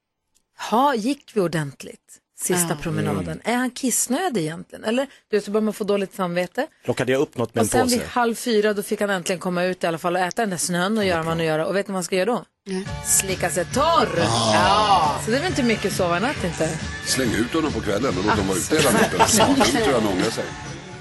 ha, gick vi ordentligt sista Ja. promenaden? Är han kissnödig egentligen? Eller du vet, så börjar man få dåligt samvete. Plockade jag upp något med Och en sen vid påse? halv fyra då fick han äntligen komma ut i alla fall och äta den där snön och göra vad man nu göra. Och vet ni vad man ska göra då? Slicka sig torr. Ja. Så det är väl inte mycket sova i natt inte. Släng ut honom på kvällen och låt dem vara ute hela natten. Sen tror jag han ångrar sig.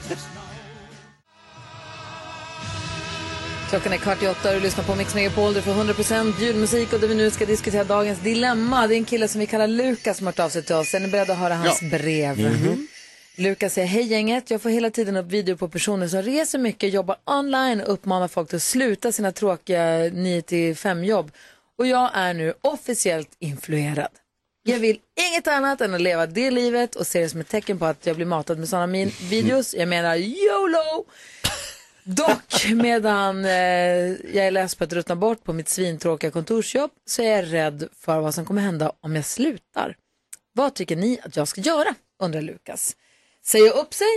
Klockan är kvart i åtta och du lyssnar på Mix Megapol. Du får hundra procent ljudmusik och där vi nu ska diskutera dagens dilemma. Det är en kille som vi kallar Lukas som har hört av sig till oss. Är ni beredda att höra hans Ja. brev? Mhm. Lukas säger, hej gänget, jag får hela tiden upp video på personer som reser mycket, jobbar online och uppmanar folk till att sluta sina tråkiga nio till fem jobb. Och jag är nu officiellt influerad. Jag vill inget annat än att leva det livet och ser det som ett tecken på att jag blir matad med sådana min- videos. Jag menar YOLO! Dock, medan eh, jag är less på att ruttna bort på mitt svintråkiga kontorsjobb så är jag rädd för vad som kommer hända om jag slutar. Vad tycker ni att jag ska göra, undrar Lukas. Säga upp sig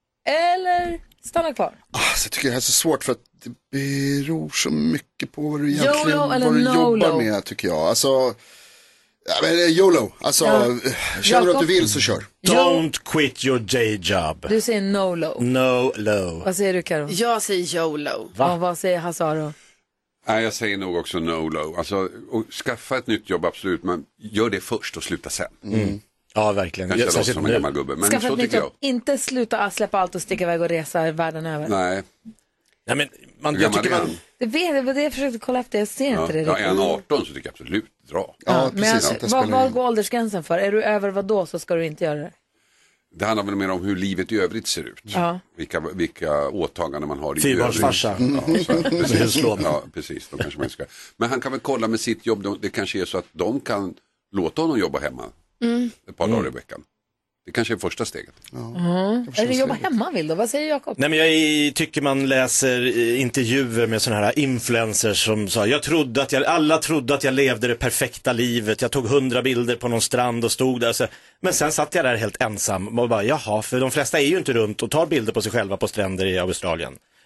eller stanna kvar? Alltså, jag tycker det här är så svårt för att det beror så mycket på vad du egentligen YOLO eller vad du NOLO? jobbar med, tycker jag. Alltså, ja, men, eh, YOLO. Alltså, Ja. känner du att Jakob? du vill så kör. Don't quit your day job. Du säger no-lo. No low. Vad säger du, Karo? Jag säger YOLO. Och vad säger Hazaro? Nej, jag säger nog också no-low. Alltså, och skaffa ett nytt jobb, absolut, men gör det först och sluta sen. Mm. Ja, verkligen. Kanske Jag- jag låter särskilt som en nu. gammal gubbe, men Skaffa så ett nytt tycker jag. jobb. Inte sluta släppa allt och sticka iväg och resa världen över. Nej. Nej, men man, Hur jag gammal tycker är man... han? Det, vet, det var det jag försökte kolla efter, jag ser Ja. inte det Ja, är han riktigt. arton så tycker jag absolut dra. Ja, Men precis. jag, Det vad, spelar vad in. går åldersgränsen för? Är du över vad då så ska du inte göra det. Det handlar väl mer om hur livet i övrigt ser ut. Ja. Vilka, vilka åtaganden man har i Fyrbarnsfarsa. övrigt. Ja, så, precis. Huslån. Ja, precis. Då kanske man ska. Men han kan väl kolla med sitt jobb. De- Det kanske är så att de kan låta honom jobba hemma Mm. ett par dagar i veckan. Det kanske är första steget. Mm. Är det jobba hemma vill då? Vad säger Jakob? Nej, men jag är- tycker man läser eh, intervjuer med sådana här influencers som sa, jag trodde att jag, alla trodde att jag levde det perfekta livet, jag tog hundra bilder på någon strand och stod där, så, men sen satt jag där helt ensam och bara, jaha, för de flesta är ju inte runt och tar bilder på sig själva på stränder i Australien.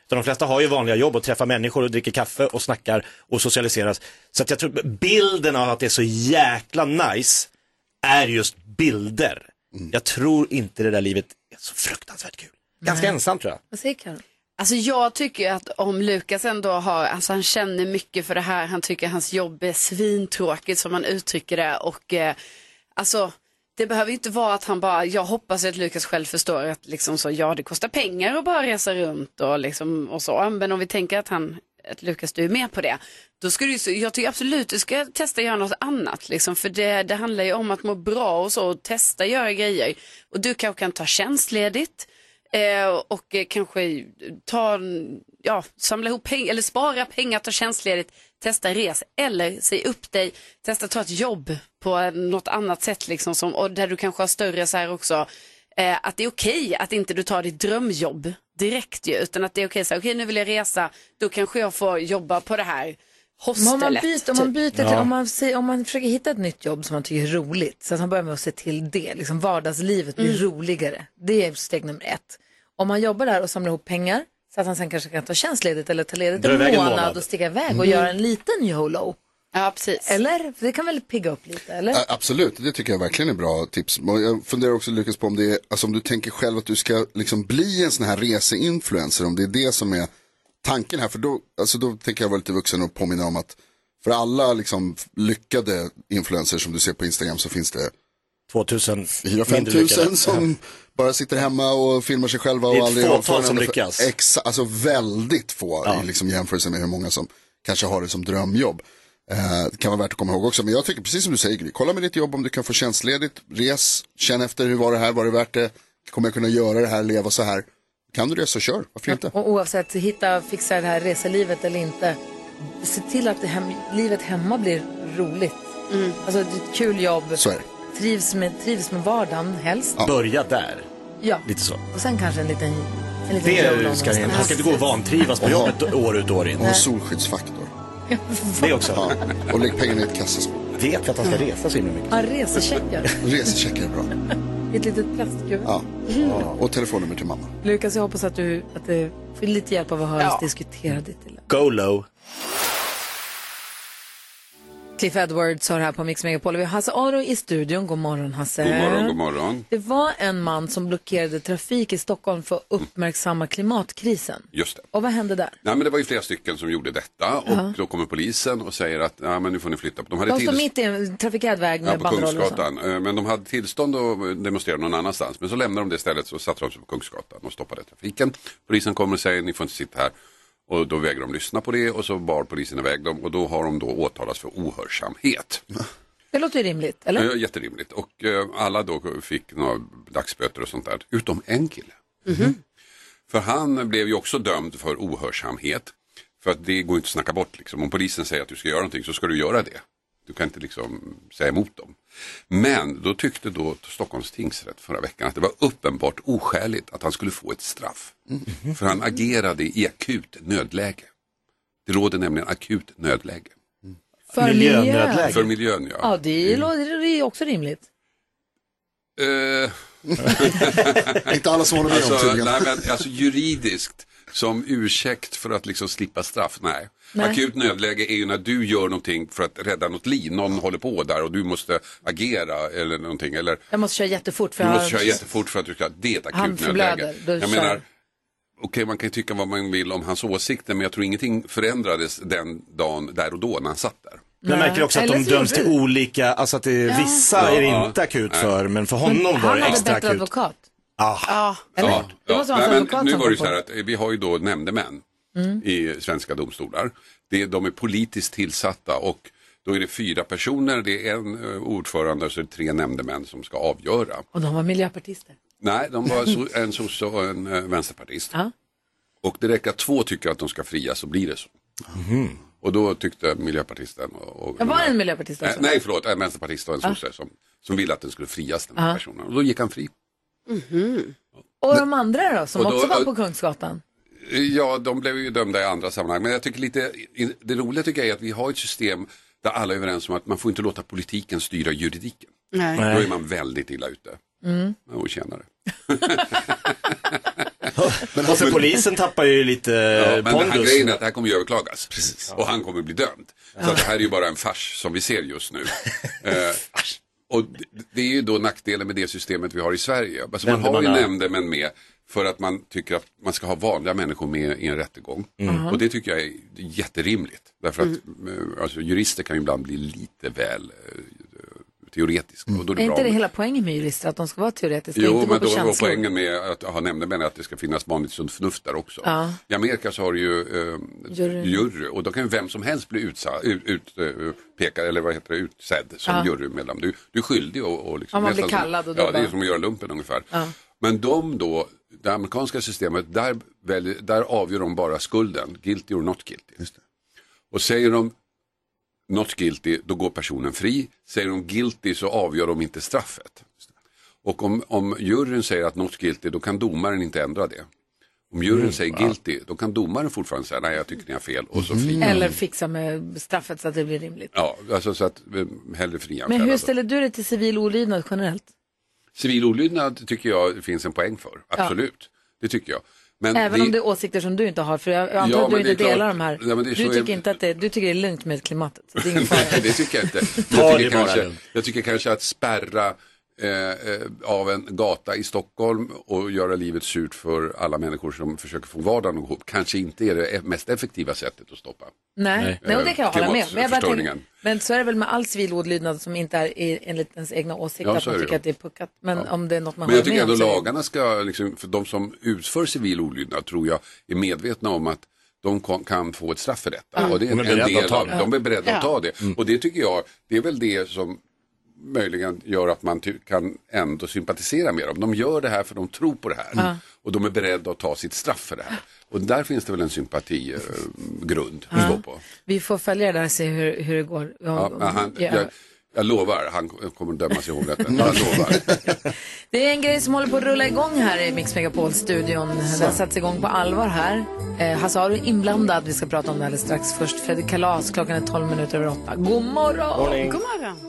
Så de flesta har ju vanliga jobb och träffar människor och dricker kaffe och snackar och socialiseras. Så att jag tror bilden av att det är så jäkla nice är just bilder. Mm. Jag tror inte det där livet är så fruktansvärt kul. Ganska Nej. ensam tror jag. Vad säger Karin? Alltså jag tycker att om Lukas ändå har, alltså han känner mycket för det här, han tycker hans jobb är svintråkigt som man uttrycker det och eh, alltså det behöver inte vara att han bara, jag hoppas att Lukas själv förstår att liksom så, ja det kostar pengar att bara resa runt och liksom och så, men om vi tänker att han, att Lukas du är med på det, då skulle du, jag tycker absolut du ska testa göra något annat liksom, för det, det handlar ju om att må bra och så, och testa göra grejer och du kanske kan ta tjänstledigt. Eh, och eh, kanske ta, ja, samla ihop pengar eller spara pengar, ta tjänstledigt, testa res eller säg upp dig, testa ta ett jobb på något annat sätt liksom, som, och där du kanske har större så här också, eh, att det är okej att inte du tar ditt drömjobb direkt ju, utan att det är okej så här, okej nu vill jag resa, då kanske jag får jobba på det här hostelet. Om man byter, om man, byter till, Ja. om, man, se- om man försöker hitta ett nytt jobb som man tycker är roligt, så att man börjar med att se till det, liksom vardagslivet blir Mm. roligare. Det är steg nummer ett. Om man jobbar där och samlar ihop pengar så att han sen kanske kan ta tjänstledigt eller ta ledigt Dra en iväg en månad, månad. och sticka iväg och Mm. göra en liten YOLO. Ja, precis. Eller? För det kan väl pigga upp lite, eller? Ja, absolut, det tycker jag verkligen är bra tips. Och jag funderar också, Lukas, på om det är, alltså om du tänker själv att du ska liksom bli en sån här reseinfluencer, om det är det som är tanken här. För då, alltså då tänker jag vara lite vuxen och påminna om att för alla liksom lyckade influencers som du ser på Instagram så finns det tvåtusen fyra fem tusen som bara sitter hemma och filmar sig själva. Och Det är ett aldrig fåtal får en som enda- lyckas. Exa, alltså väldigt få Ja. i liksom jämförelse med hur många som kanske har det som drömjobb. Eh, det kan vara värt att komma ihåg också. Men jag tycker precis som du säger, Gry, kolla med ditt jobb om du kan få tjänstledigt, res, känn efter hur var det här, var det värt det, kommer jag kunna göra det här, leva så här. Kan du det så kör, varför inte? Och oavsett, hitta, fixa det här reselivet eller inte, se till att det hem, livet hemma blir roligt. Mm. Alltså det är ett kul jobb, Så är det. trivs med, trivs med vardagen helst. Ja. Börja där, Ja. lite så. Och sen kanske en liten, en liten YOLO Det ska, någonstans. han ska inte gå och vantrivas på jobbet år ut och år in. Och en solskyddsfaktor. Det också. Ja. Och lägg pengarna i ett kassaskåp. Vet vi att han ska resa så himla mycket. Ja, resecheckar. Resecheckar är bra. I ett litet plastkuvert. Ja. Och telefonnummer till mamma. Lukas, jag hoppas att du, att du får lite hjälp av att höra Ja. oss diskutera ditt dilemma. Go low. Cliff Edwards har här på Mix Megapol. Vi har Hasse Aro i studion. God morgon, Hasse. God morgon, god morgon. Det var en man som blockerade trafik i Stockholm för att uppmärksamma klimatkrisen. Just det. Och vad hände där? Nej, men det var ju flera stycken som gjorde detta och Ja. då kommer polisen och säger att ja, men nu får ni flytta på. De hade De står tills- mitt i en trafikerad väg med Ja, på banderoller och så. Kungsgatan. Eh, Men de hade tillstånd att demonstrera någon annanstans. Men så lämnade de det istället, så satte de sig på Kungsgatan och stoppade trafiken. Polisen kommer och säger ni får inte sitta här. Och då vägrar de lyssna på det och så bar polisen iväg dem. Och då har de då åtalats för ohörsamhet. Det låter ju rimligt, eller? Ja, jätterimligt. Och eh, alla då fick några dagsböter och sånt där. Utom en kille. Mhm. För han blev ju också dömd för ohörsamhet. För att det går inte att snacka bort liksom. Om polisen säger att du ska göra någonting så ska du göra det. Du kan inte liksom säga emot dem. Men då tyckte då Stockholms tingsrätt förra veckan att det var uppenbart oskäligt att han skulle få ett straff. Mm. För han agerade i akut nödläge. Det råder nämligen akut nödläge. För miljön. För miljön, ja. Ja, det låter det är också rimligt. Eh, Inte alla som håller med om alltså, tydligen. nej, men, alltså juridiskt som ursäkt för att liksom slippa straff, nej. Nej. Akut nödläge är ju när du gör någonting för att rädda något liv. Någon håller på där och du måste agera eller någonting. Eller Jag måste köra jättefort för du jag måste har- köra jättefort för att du ska, det är ett Han akut förblöder, nödläge. då Jag kör. menar, okej man kan ju tycka vad man vill om hans åsikter, men jag tror ingenting förändrades den dagen där och då när han satt där. Jag märker också att de Eller så döms gjorde till det. olika, alltså att det är, Ja. vissa Ja, är det ja. inte akut Nej. för, men för honom var Han det hade extra bättre akut. advokat. Ah. Ja, eller? Ja, Det ja. måste vara Nej, en men advokat nu som var det ju kom så här på. att vi har ju då nämndemän Mm. i svenska domstolar. Det, de är politiskt tillsatta och då är det fyra personer, det är en eh, ordförande och så är det tre nämndemän som ska avgöra. Och de var miljöpartister. Nej, de var so, en sosse och en eh, vänsterpartist. Ja. Och det räcker att två tycker att de ska frias så blir det så. Och då tyckte miljöpartisten och... och Jag var en miljöpartist Nej, också. nej, förlåt, en vänsterpartist och en Ja. sosse som, som ville att den skulle frias, den här Ja. personen. Och då gick han fri. Och de andra då, som Och då- också var på Kungsgatan? Ja, de blev ju dömda i andra sammanhang. Men jag tycker lite, det roliga tycker jag är att vi har ett system där alla är överens om att man får inte låta politiken styra juridiken. Nej. Då är man väldigt illa ute. Mm. Och tjänare. Men och för polisen tappar ju lite ja, men pondus. Men grejen är att det här kommer ju överklagas. Precis. Och han kommer bli dömd. Så ja. att det här är ju bara en fars som vi ser just nu. eh, och det är ju då nackdelen med det systemet vi har i Sverige. Alltså man har ju nämndemän med för att man tycker att man ska ha vanliga människor med i en rättegång. Mm. Och det tycker jag är jätterimligt. Därför att mm. alltså, jurister kan ju ibland bli lite väl uh, teoretiska. Mm. Och då är det, är bra inte det med... hela poängen med jurister, att de ska vara teoretiska? Jo, inte men då var poängen med att ha nämndemän att det ska finnas vanligt sunt förnuft där också. Ja. I Amerika så har du ju uh, jury. jury. Och då kan ju vem som helst bli utsa- ut, ut, uh, pekad, eller vad heter det, utsedd som ja. jurymedlem. Du, du är skyldig och, och liksom... Om man blir kallad och då ja, det är som att göra lumpen ungefär. Ja. Men de då, det amerikanska systemet, där, väljer, där avgör de bara skulden, guilty or not guilty. Just det. Och säger de not guilty, då går personen fri. Säger de guilty så avgör de inte straffet. Och om, om juryn säger att not guilty, då kan domaren inte ändra det. Om juryn mm, säger guilty, då kan domaren fortfarande säga nej, jag tycker ni har fel. Och så fri. Eller fixa med straffet så att det blir rimligt. Ja, alltså så att hellre fria. Men hur ställer du dig till civil olydnad generellt? Civil olydnad tycker jag det finns en poäng för, absolut. Ja. Det tycker jag. Men även det... om det är åsikter som du inte har, för jag antar ja, att du inte delar klart... de här. Ja, du tycker är... inte att det, du tycker det är lugnt med klimatet. Så det är ingen fara. Nej, det tycker jag inte. Jag tycker, kanske, jag tycker kanske att spärra eh, av en gata i Stockholm och göra livet surt för alla människor som försöker få vardagen att gå ihop kanske inte är det mest effektiva sättet att stoppa. Nej, Nej. Nej och det kan jag hålla med. Men, jag bara tänker, men så är det väl med all civil olydnad som inte är enligt ens egna åsikter, ja, att man tycker det. Att det är puckat. Men ja. om det är något man Men jag tycker ändå lagarna ska, liksom, för de som utför civil olydnad tror jag är medvetna om att de kan få ett straff för detta. Mm. Och det är en, de är en del av det. De är beredda ja. att ta det. Mm. Och det tycker jag, det är väl det som möjligen gör att man ty- kan ändå sympatisera med dem. De gör det här för de tror på det här. Mm. Och de är beredda att ta sitt straff för det här. Och där finns det väl en sympatigrund eh, att stå på. Vi får följa det där och se hur, hur det går. Ja, ja, han, ja. jag, jag lovar, han kommer att dömas i hovrätten. Jag lovar. Det är en grej som håller på att rulla igång här i Mix Megapol-studion. Den har satts igång på allvar här. Eh, Hasse Aro är inblandad. Vi ska prata om det alldeles strax. Först Fredrik Kalas, klockan är tolv minuter över åtta. God morgon! Morning. God morgon!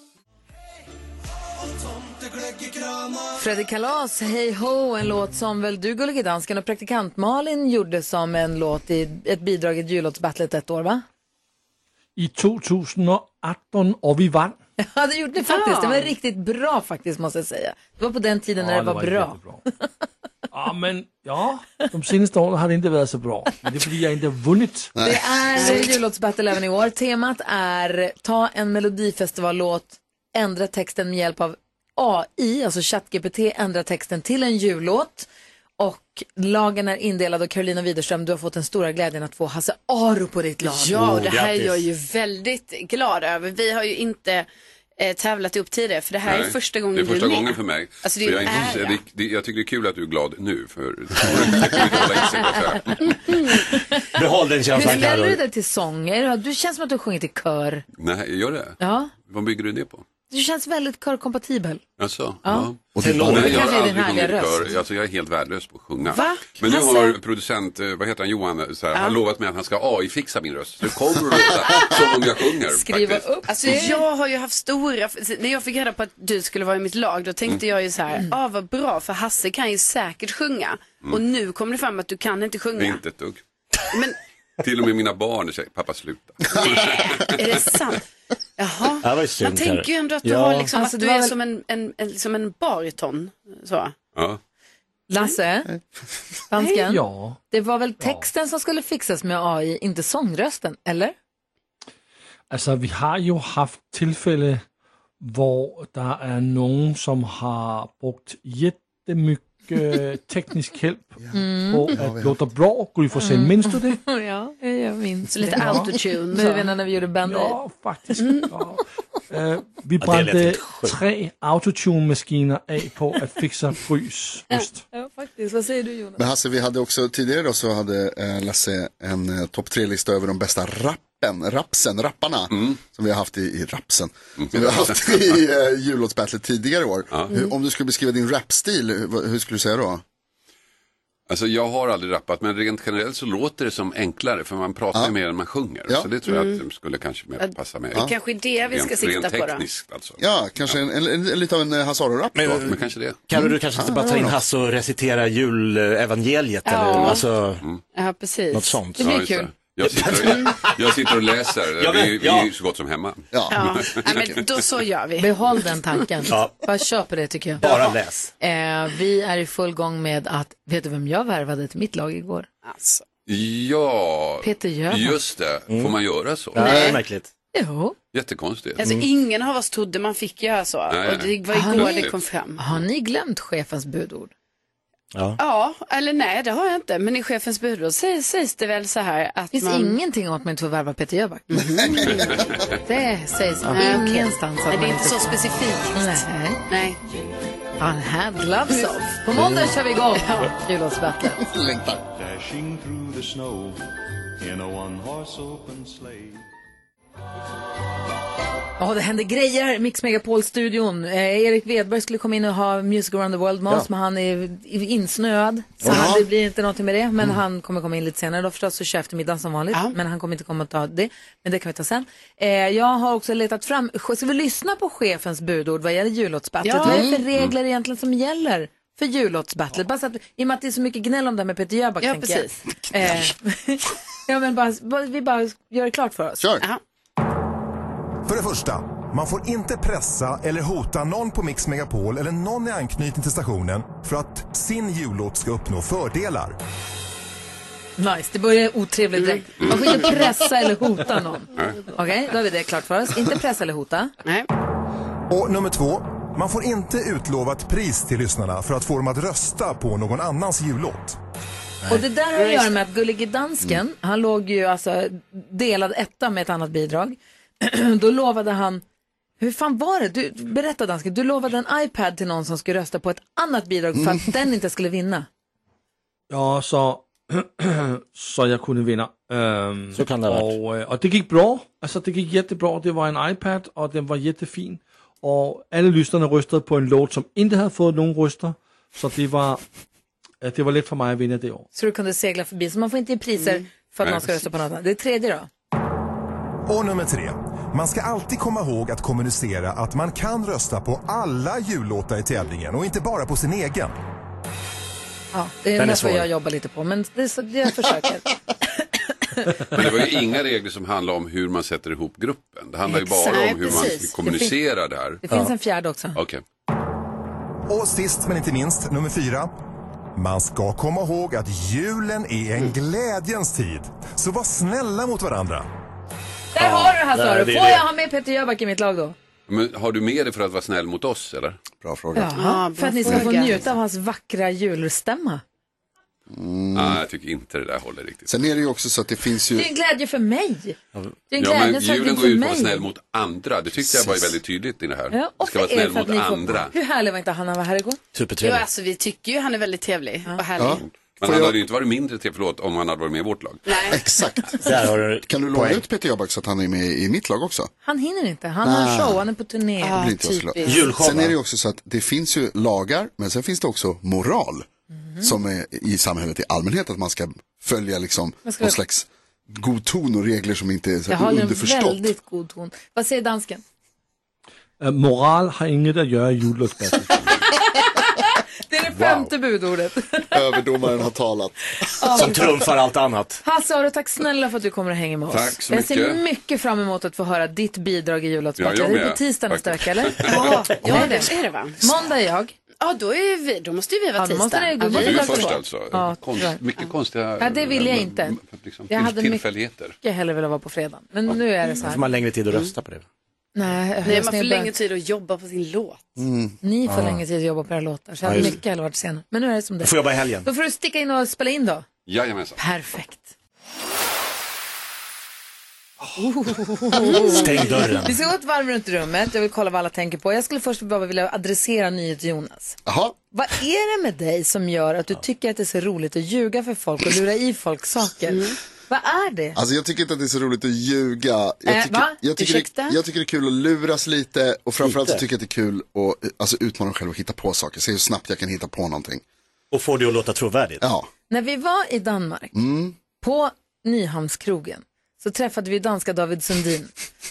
Fredrik Kalas, Hej Ho, en låt som väl du, Gullige Dansken och praktikant Malin gjorde som en låt i ett bidrag i jullåtsbattlet ett år, va? I tjugohundraarton och vi vann. Ja, det gjorde det faktiskt. Ja. Det var riktigt bra faktiskt, måste jag säga. Det var på den tiden ja, när det var, det var bra. Ja, men ja, de senaste åren har det inte varit så bra. Men det är för jag inte vunnit. Det är jullåtsbattle även i år. Temat är ta en melodifestivallåt, ändra texten med hjälp av A I, alltså ChatGPT, ändra texten till en jullåt. Och lagen är indelad och Carolina Widerström, du har fått den stora glädjen att få Hasse Aro på ditt lag. Ja, och det här är jag ju väldigt glad över. Vi har ju inte eh, tävlat upp tidigare, för det här Nej, är första gången du är med. Det är första gången för mig. Alltså, det är jag, inte, det, det, jag tycker det är kul att du är glad nu, för det kan inte hålla i sig. Behåll den känslan. Hur ställer du dig till sånger? Du känns som att du har sjungit i kör. Nej, gör det? Ja. Vad bygger du det på? Du känns väldigt körkompatibel. Alltså, ja. ja. Och det Nej, det jag har aldrig sjungit kör. Alltså, jag är helt värdelös på att sjunga. Va? Men nu har producent, vad heter han, Johan, så här, ja. han lovat mig att han ska A I-fixa min röst. Så det kommer att låta som om jag sjunger. Skriva faktiskt. upp. Alltså, jag har ju haft stora, när jag fick reda på att du skulle vara i mitt lag, då tänkte mm. jag ju så här, mm. ah, vad bra, för Hasse kan ju säkert sjunga. Mm. Och nu kommer det fram att du kan inte sjunga. Det är inte ett dugg. Men... Till och med mina barn säger, pappa sluta. Är det sant? Jaha, man tänker ju ändå att du ja. har liksom, alltså, att du är väl... som en, en, en, liksom en bariton. Så. Ja. Lasse, dansken, ja. det var väl texten ja. som skulle fixas med A I, inte sångrösten, eller? Alltså, vi har ju haft tillfälle var det är någon som har brukt jättemycket teknisk hjälp mm. på att ja, låta bra. Gry Forssell, mm. minns du det? Ja, jag minns så lite autotune. Nu när vi gjorde bandet. Ja, faktiskt. Mm. Ja. Uh, vi brände tre autotune-maskiner av på att fixa Grys röst. Ja, faktiskt. Vad säger du, Jonas? Men Hasse, vi hade också tidigare då så hade eh, Lasse en eh, topp tre-lista över de bästa rappen, rapsen, rapparna mm. som vi har haft i, i rapsen. Mm. Som vi har haft i eh, jullåtsbattlet tidigare år. Mm. Hur, om du skulle beskriva din rapstil, hur, hur skulle du säga då? Alltså jag har aldrig rappat, men rent generellt så låter det som enklare för man pratar Ja. ju mer än man sjunger. Ja. Så det tror jag Mm. att det skulle kanske mer passa med. Det är kanske är det vi ska Rent- sikta rent på då. tekniskt alltså. Ja, kanske En, en, en, lite av en Hazaro-rap då. Men, Men kanske det. Kan du kanske inte bara ta in Hasse och recitera julevangeliet Ja. eller alltså, Ja, precis. något sånt? Det blir Ja, just kul. det. Jag sitter, jag sitter och läser, Ja, men- vi, vi ja. är ju så gott som hemma. Ja. Ja, nej, men då så gör vi. Behåll den tanken. Ja. Bara kör på det tycker jag. Bara läs. Eh, vi är i full gång med att, vet du vem jag värvade till mitt lag igår? Alltså. Ja, Peter Jöback. just det. Får man göra så? Ja, det är märkligt. Jo. Jättekonstigt. Alltså ingen av oss trodde man fick göra så. Nej, och det var nej. igår Konstigt. det kom fram. Har ni glömt chefens budord? Ja. Ja, eller nej det har jag inte. Men i chefens budord sägs, sägs det väl så här att Det finns man... ingenting om att man inte får värva Peter Jöback. Det sägs Nej, okej. ingenstans. att Nej, det man är inte så specifikt. Nej. Nej. Han have gloves off. På måndag kör vi igång jullåtsbattlen. Längtar. Dashing through the snow in a one-horse open sleigh. Ja, det händer grejer i Mix Megapol-studion. Eh, Erik Wedberg skulle komma in och ha Music Around the World med oss, Ja. men han är insnöad. Så Ja. han, det blir inte någonting med det. Men han kommer komma in lite senare då förstås, så kör eftermiddagen som vanligt. Ja. Men han kommer inte komma att ta det. Men det kan vi ta sen. Eh, jag har också letat fram, ska vi lyssna på chefens budord vad gäller jullåtsbattlet? Ja. Vad är det för regler egentligen som gäller för jullåtsbattlet? Bara så att, i och med att det är så mycket gnäll om det här med Peter Jöback, Ja, tänker precis. jag. Eh, ja, men bara, bara, vi bara gör det klart för oss. Kör. Aha. För det första, man får inte pressa eller hota någon på Mix Megapol eller någon i anknytning till stationen för att sin jullåt ska uppnå fördelar. Nice, det börjar otrevligt direkt. Man får inte pressa eller hota någon. Okej, okay, då har vi det klart för oss. Inte pressa eller hota. Nej. Och nummer två, man får inte utlova ett pris till lyssnarna för att få dem att rösta på någon annans jullåt. Och det där har att göra med att Gullige Dansken, mm. han låg ju alltså delad etta med ett annat bidrag. Då lovade han, hur fan var det? Du, berätta Dansken, du lovade en iPad till någon som skulle rösta på ett annat bidrag för att mm. den inte skulle vinna. Ja, så, så jag kunde vinna. Um, så kan det vara. Och, och det gick bra. Alltså det gick jättebra. Det var en iPad och den var jättefin. Och alla lyssnarna röstade på en låt som inte hade fått någon röster. Så det var, det var lätt för mig att vinna det år. Så du kunde segla förbi. Så man får inte ge priser mm. för att Nej, man ska rösta på något annat. Det är tredje då. Och nummer tre. Man ska alltid komma ihåg att kommunicera att man kan rösta på alla jullåtar i tävlingen och inte bara på sin egen. Ja, det är därför jag jobbar lite på, men det är så det jag försöker. Men det var ju inga regler som handlar om hur man sätter ihop gruppen. Det handlar Exakt. ju bara om hur Nej, man precis. kommunicerar det där. Det finns ja. en fjärde också. Okej. Okay. Och sist men inte minst, nummer fyra. Man ska komma ihåg att julen är en glädjens tid. Så var snälla mot varandra. Där ja, har du Hazaro. Får jag ha med Peter Jöback i mitt lag då? Men har du med det för att vara snäll mot oss eller? Bra fråga. Ja, för att ni ska få njuta av hans vackra julstämma. Mm. Nej, jag tycker inte det där håller riktigt. Sen är det ju också så att det finns ju... Det är en glädje för mig. Det är en ja, men för julen går ut på att vara mig. snäll mot andra. Det tyckte jag var väldigt tydligt i det här. Ja, det ska vara snäll mot andra. Hur härlig var inte han var här igår? Supertrevlig. Jo, alltså vi tycker ju han är väldigt trevlig ja. och härlig. Ja. Men han hade ju inte varit mindre till förlåt om han hade varit med i vårt lag. Nej. Exakt. Där har du kan du låna ut Peter Jöback så att han är med i mitt lag också? Han hinner inte. Han har en show, han är på turné. Ah, typ. Sen är det ju också så att det finns ju lagar, men sen finns det också moral. Mm. Som är i samhället i allmänhet, att man ska följa liksom ska någon slags god ton och regler som inte är så jag underförstått. Jag har en väldigt god ton. Vad säger dansken? Uh, moral har inget att göra i jullåtsbattlet. Det är det femte wow. budordet. Överdomaren har talat. Som trumfar allt annat. Hasse, tack snälla för att du kommer att hänga med oss. Tack så jag mycket. ser mycket fram emot att få höra ditt bidrag i jullåtsbattlet. Ja, det är på tisdag nästa vecka, eller? Ja, ja det är det va? Måndag är jag. Ja, då, är vi, då måste ju vi vara ja, tisdag. Måste det, ja, vi är först alltså. Ja, Konst, mycket ja. konstiga ja, det vill jag inte. Liksom, jag hade tillfälligheter. mycket hellre velat vara på fredag. Men ja. nu är det så här. Får man längre tid att rösta på det? Nej, Nej man får längre tid att jobba på sin låt. Mm. Ni får ja. längre tid att jobba på era låtar. Så jag hade mycket hellre varit sen. Men nu är det som det. Du får jobba i helgen. Då får du sticka in och spela in då. Jajamensan. Perfekt. Oh. Stäng dörren. Vi ska gå ett varv runt rummet. Jag vill kolla vad alla tänker på. Jag skulle först bara vilja adressera nyhet Jonas. Aha. Vad är det med dig som gör att du tycker att det är så roligt att ljuga för folk och lura i folk saker? Mm. Vad är det? Alltså jag tycker inte att det är så roligt att ljuga. Jag äh, tycker, va? jag, tycker det, jag tycker det är kul att luras lite. Och framförallt lite. Så tycker jag att det är kul att alltså, utmana mig själv och hitta på saker. Se hur snabbt jag kan hitta på någonting. Och få det att låta trovärdigt. Ja. När vi var i Danmark Mm. på Nyhamnskrogen så träffade vi danska David Sundin.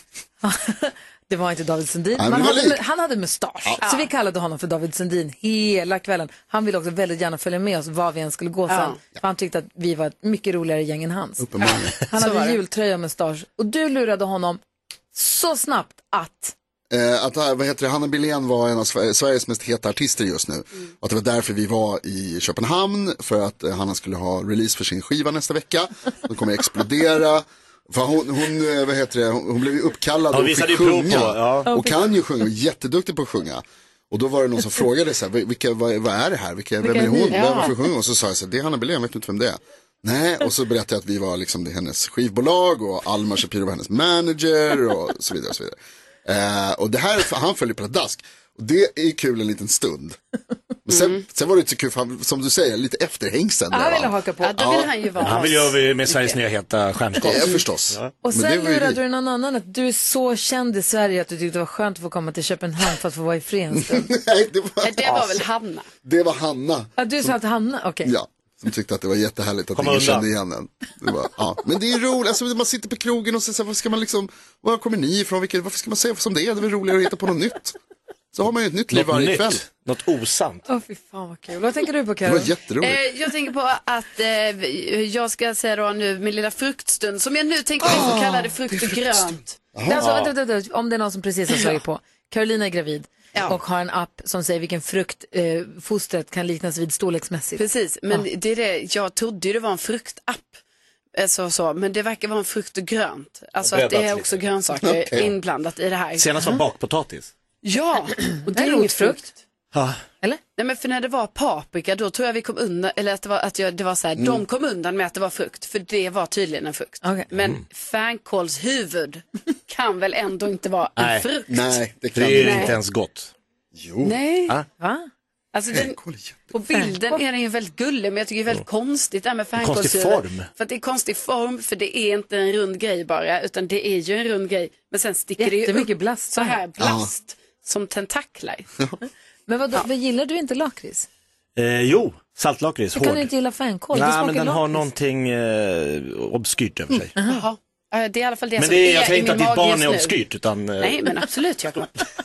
Det var inte David Sundin, Nej, men men han, det var hade, lik. han hade mustasch. Ja. Så vi kallade honom för David Sundin hela kvällen. Han ville också väldigt gärna följa med oss var vi än skulle gå sen. Ja. För han tyckte att vi var ett mycket roligare gäng än hans. Uppenbarligen. Han Så var hade det. jultröja och mustasch. Och du lurade honom så snabbt att... Eh, att äh, vad heter det, Hanna Billén var en av Sver- Sveriges mest heta artister just nu. Mm. Och att det var därför vi var i Köpenhamn. För att eh, Hanna skulle ha release för sin skiva nästa vecka. Då kommer jag explodera. För hon, hon, eh, vad heter det, hon, hon blev ju uppkallad Ja, och visade fick ju prov sjunga. på, ja. Och kan ju sjunga, och är jätteduktig på att sjunga. Och då var det någon som frågade så här, vilka, vad, vad är det här? Vilka, vem är hon? Ja. Varför sjunger hon? Och så sa jag så här, det är Hanna Billén, vet du inte vem det är? Nej, och så berättade jag att vi var liksom det hennes skivbolag och Alma Shapiro var hennes manager och så vidare och så vidare. Eh, och det här, han följde på dask. Och det är ju kul en liten stund. Men sen, Mm. sen var det inte så kul, för han, som du säger, lite efterhängsen. Han där, ville va? haka på. Ja, då vill han ju vara Han vill ju med Sveriges nya heta stjärnskott. Ja, förstås. Ja. Och Men sen det var ju lurade vi. du någon annan att du är så känd i Sverige att du tyckte det var skönt att få komma till Köpenhamn för att få vara i fred en stund. Nej, det var, Nej, det var väl Hanna. det var Hanna. Ja, du sa att Hanna, okej. Ja, som tyckte att det var jättehärligt att Komma ingen undan. kände igen en. Det var, ja. Men det är roligt, alltså, man sitter på krogen och så säger, vad ska man liksom, var kommer ni ifrån, vilket, varför ska man säga som det är, det är väl roligare att hitta på något nytt. Så har man ju ett nytt liv Något varje nytt, kväll. något osant. Åh, fy fan vad kul. Vad tänker du på, Det Karo? var jätteroligt. Eh, jag tänker på att eh, jag ska säga då nu min lilla fruktstund som jag nu tänker mig få kalla det frukt och grönt. Det är alltså, vänta, vänta, vänta, om det är någon som precis har slagit på. Carolina är gravid Ja. och har en app som säger vilken frukt eh, fostret kan liknas vid storleksmässigt. Precis, men det är det, jag trodde ju det var en fruktapp. Så, så, men det verkar vara en frukt och grönt. Alltså att det är också grönsaker Okej. inblandat i det här. Senast var bakpotatis. Ja, och det är En inget rotfrukt. frukt. Ja. Eller? Nej, men för när det var paprika då tror jag vi kom undan, eller att det var, att jag, det var så här, Mm. de kom undan med att det var frukt, för det var tydligen en frukt. Okej. Men fänkålshuvud kan väl ändå inte vara en Nej. frukt? Nej, det kan Det är Nej. inte ens gott. Jo. Nej. Ah. Va? Alltså den, Fänkål är jätte- på bilden är den ju väldigt gullig, men jag tycker det är väldigt konstigt det här med Konstig fänkålshuvud. form. För att det är konstig form, för det är inte en rund grej bara, utan det är ju en rund grej. Men sen sticker det ju Jättemycket upp blast. så här blast som tentaklar. Men vad, vad gillar du inte lakrits? Eh, jo, saltlakrits, Du kan hård. du inte gilla fänkål? Det Nej, smakar men den har lakrits. någonting eh, obskyrt över sig. Jaha. Ja, det är i alla fall det Men som det är, är jag säger i inte att min ditt mage barn är just nu. obskyrt, utan... Eh, Nej, men absolut, Jakob.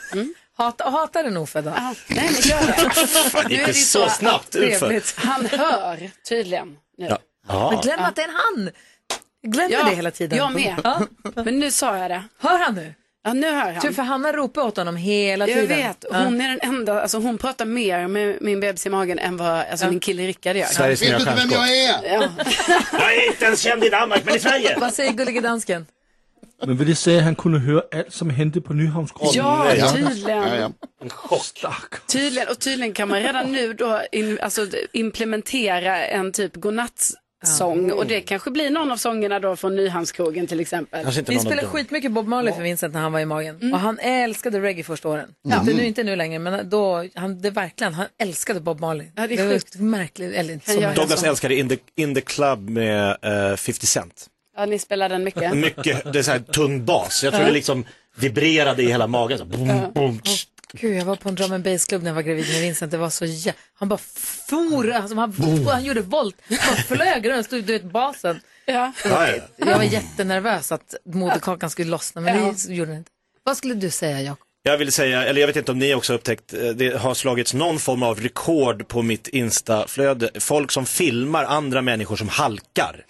Hata, hatar den ofödda? Ja, nej, men gör det. Fan, det Nu är gick det det ju så så snabbt utför. Trevligt. Han hör tydligen nu. Ja. Ja. Men glöm att det är en han. Jag glömmer Ja, det hela tiden. jag med. Ja. Men nu sa jag det. Hör han nu? Ja, nu hör han. Typ för Hanna ropar åt honom hela Jag tiden. vet, hon är den enda, alltså hon pratar mer med min bebis i magen än vad alltså, min kille Rickard gör. Sveriges Vet nya du inte vem stjärnskott. jag är? Ja. Jag är inte ens känd i Danmark, men i Sverige. Vad säger gullige dansken? Men vill det säga att han kunde höra allt som hände på Nyhamnskrogen? Ja, nej. tydligen. Ja, ja. En chock. Stark. Tydligen, och tydligen kan man redan nu då in, alltså, implementera en typ godnattsång och det kanske blir någon av sångerna då från Nyhamnskrogen till exempel. Kanske inte Vi någon spelade av dem. skitmycket Bob Marley för Vincent när han var i magen. Mm. Och han älskade reggae första åren. Inte, nu, inte nu längre, men då, han, det verkligen, han älskade Bob Marley. Ja, det är var sjukt. märkligt, eller inte Kan så jag- märkligt. Douglas älskade In the, in the Club med uh, fifty Cent. Ja, ni spelar den mycket. Mycket, det är så här tung bas. Jag tror det liksom vibrerade i hela magen. Så, boom, boom, tsch. Gud, jag var på en drum and bass klubb när jag var gravid med Vincent. Det var så jä... Han bara for, alltså, han, han gjorde volt. Han flög runt, stod du vet basen. Ja. Ja, ja. Jag var jättenervös att moderkakan skulle lossna, men det gjorde den inte. Vad skulle du säga, Jakob? Jag vill säga, eller jag vet inte om ni också har upptäckt, eh, det har slagits någon form av rekord på mitt Insta-flöde. Folk som filmar andra människor som halkar.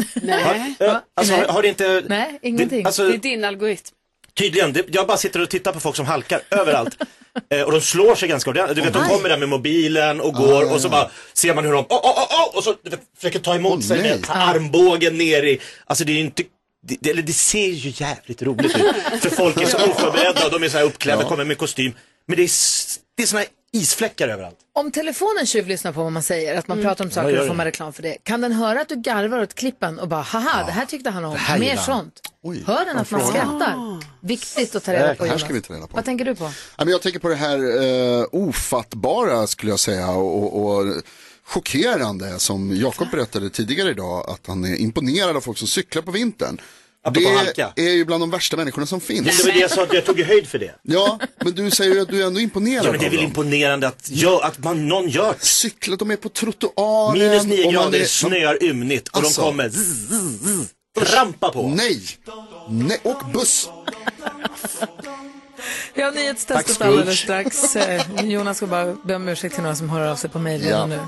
Nej. Eh, Alltså, har, har det inte... Nej, ingenting. Det, alltså, Det är din algoritm. tydligen, det, jag bara sitter och tittar på folk som halkar överallt. eh, och de slår sig ganska ordentligt. Du vet, de kommer där med mobilen och går Ah, och så ja. bara ser man hur de, oh, oh, oh, oh, och så du vet, försöker ta emot Åh, sig nej. med armbågen ner i, alltså det är ju inte, det, det, eller det ser ju jävligt roligt ut. För folk är så oförberedda och de är så här uppklädda, Ja. kommer med kostym. Men det är, s- det är såna här isfläckar överallt. Om telefonen tjuvlyssnar på vad man säger, att man Mm. pratar om Ja, saker gör och det. får man reklam för det. Kan den höra att du garvar åt klippen och bara, haha, det här tyckte han om, här mer gillar han. sånt. Oj, Hör den att man fråga. skrattar? Viktigt att ta reda på, Det här Jonas. ska vi ta reda på. Vad tänker du på? Ja, men jag tänker på det här eh, ofattbara skulle jag säga och, och, och chockerande som Jakob berättade tidigare idag att han är imponerad av folk som cyklar på vintern. Apropå halka. Det är ju bland de värsta människorna som finns. Det var det jag sa, att jag tog höjd för det. Ja, men du säger ju att du är ändå imponerad. Ja, men det är väl imponerande att, gör, att man, någon gör. Cykla, de är på trottoaren. Minus nio grader, är... snöar ymnigt och alltså, de kommer zzz, zzz, zzz, trampa på. Nej, nej, och buss. Vi har nyhetstestet alldeles strax. Jonas ska bara be om ursäkt till några som hör av sig på mejl redan nu.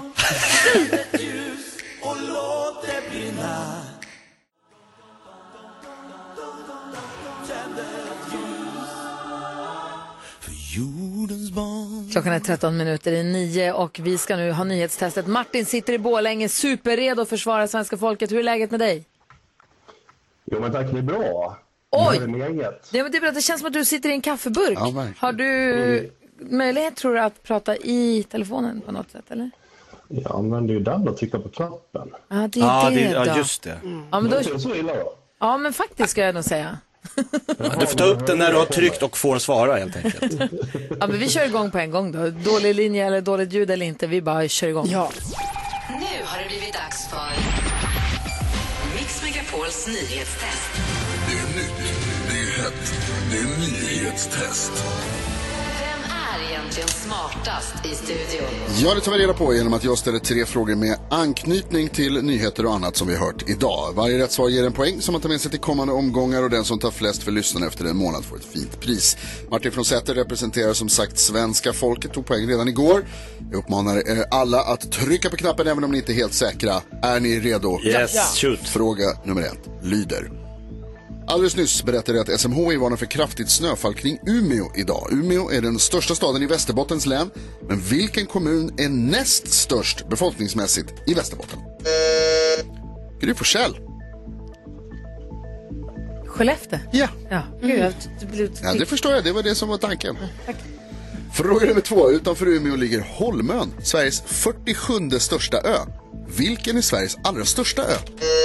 Klockan är tretton minuter i nio och vi ska nu ha nyhetstestet. Martin sitter i Borlänge, superredo att försvara svenska folket. Hur är läget med dig? Jo, men tack, det är bra. Oj! Det, är det, det, det känns som att du sitter i en kaffeburk. Ja, har du mm. möjlighet, tror du, att prata i telefonen på något sätt, eller? Ja, men det är ju den att trycka på knappen. Ja, det är ah, det, det Ja, just det. Mm. Ja, men då... det är så illa då. Ja, men faktiskt ska jag nog säga. Ja, du får ta upp den när du har tryckt och får svara helt enkelt. Ja, men vi kör igång på en gång då. Dålig linje eller dåligt ljud eller inte, vi bara kör igång. Ja. Nu har det blivit dags för Mix Megapols nyhetstest. Det är nytt, det är hett, det är nyhetstest. Vem är egentligen smartast i studion? Ja, det tar vi reda på genom att jag ställer tre frågor med anknytning till nyheter och annat som vi hört idag. Varje rätt svar ger en poäng som man tar med sig till kommande omgångar och den som tar flest för lyssnarna efter en månad får ett fint pris. Martin från Säter representerar som sagt svenska folket, tog poäng redan igår. Jag uppmanar er alla att trycka på knappen även om ni inte är helt säkra. Är ni redo? Yes, shoot. Fråga nummer ett lyder. Alldeles nyss berättade jag att S M H I varnar för kraftigt snöfall kring Umeå idag. Umeå är den största staden i Västerbottens län. Men vilken kommun är näst störst befolkningsmässigt i Västerbotten? Gry Forssell. Skellefteå? Ja. Ja, mm. Gud, det, blev... ja, det förstår jag. Det var det som var tanken. Mm, tack. Fråga nummer två. Utanför Umeå ligger Holmön, Sveriges fyrtiosjunde största ö. Vilken är Sveriges allra största ö?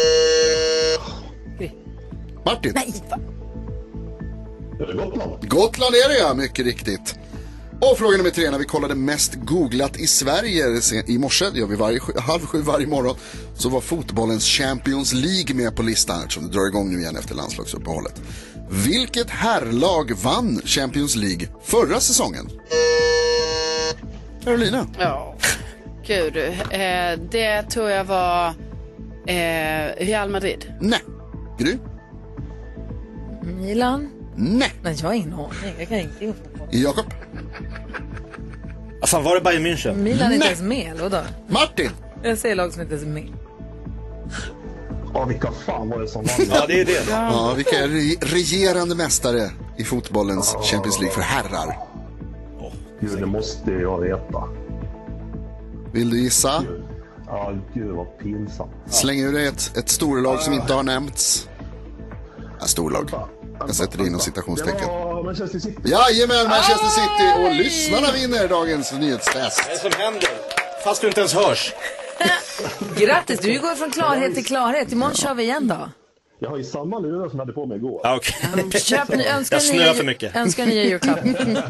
Martin. Nej, va? Gotland. Gotland är det, ja, mycket riktigt. Och fråga nummer tre, när vi kollade mest googlat i Sverige i morse, det gör vi varje, halv sju varje morgon, så var fotbollens Champions League med på listan eftersom det drar igång nu igen efter landslagsuppehållet. Vilket herrlag vann Champions League förra säsongen? Carolina. Ja, gud. Eh, det tror jag var eh, Real Madrid. Nej. Gry? Milan? Nej. Nej, jag har ingen aning. Jag kan inte info på. Jakob? Vad fan var det Bayern München? Milan är inte ens med, eller vadå? Martin? Jag säger lag som inte ens är med. Ja, vilka fan var det som vann? Ja, det är det. Ja, ja vilka är re- regerande mästare i fotbollens oh. Champions League för herrar? Oh, Gud, det måste jag veta. Vill du gissa? Gud. Ja, gud vad pinsamt. Släng ur dig ett, ett storlag som inte har nämnts. Ja, storlag. Jag sätter det inom citationstecken. Det var Manchester City. Jajamän, Manchester City. Och lyssnarna vinner dagens nyhetstest. Vad är det som händer? Fast du inte ens hörs. Grattis, du går från klarhet till klarhet. Imorgon kör vi igen då. Jag har ju samma lurar som jag hade på mig igår. Ah, okay. Köp, önskar jag snöar för mycket. Önskar nya julklapp.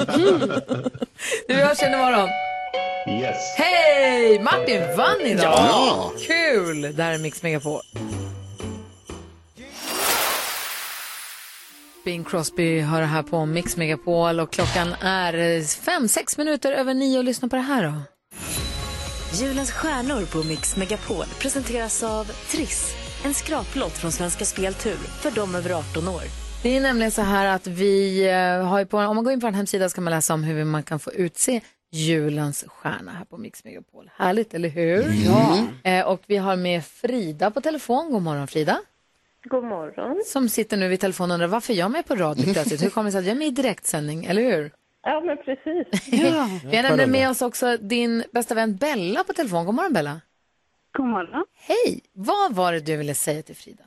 Du hörs igen imorgon. Yes. Hej! Martin vann idag. Ja. Kul! Det här är Mix Megapol. Bing Crosby hör här på Mix Megapol och klockan är fem, sex minuter över nio och lyssna på det här då. Julens stjärnor på Mix Megapol presenteras av Triss. En skraplott från Svenska Speltur för de över arton år. Det är nämligen så här att vi har ju på, om man går in på en hemsida ska man läsa om hur man kan få utse julens stjärna här på Mix Megapol. Härligt, eller hur? Mm. Ja. Eh, och vi har med Frida på telefon. God morgon, Frida. God morgon. Som sitter nu vid telefonen och undrar varför jag är med på radio plötsligt. Hur kommer det sig att jag är med i direktsändning, eller hur? Ja, men precis. Ja. Vi har nämligen med oss också din bästa vän Bella på telefon. God morgon, Bella. God morgon. Hej, vad var det du ville säga till Frida?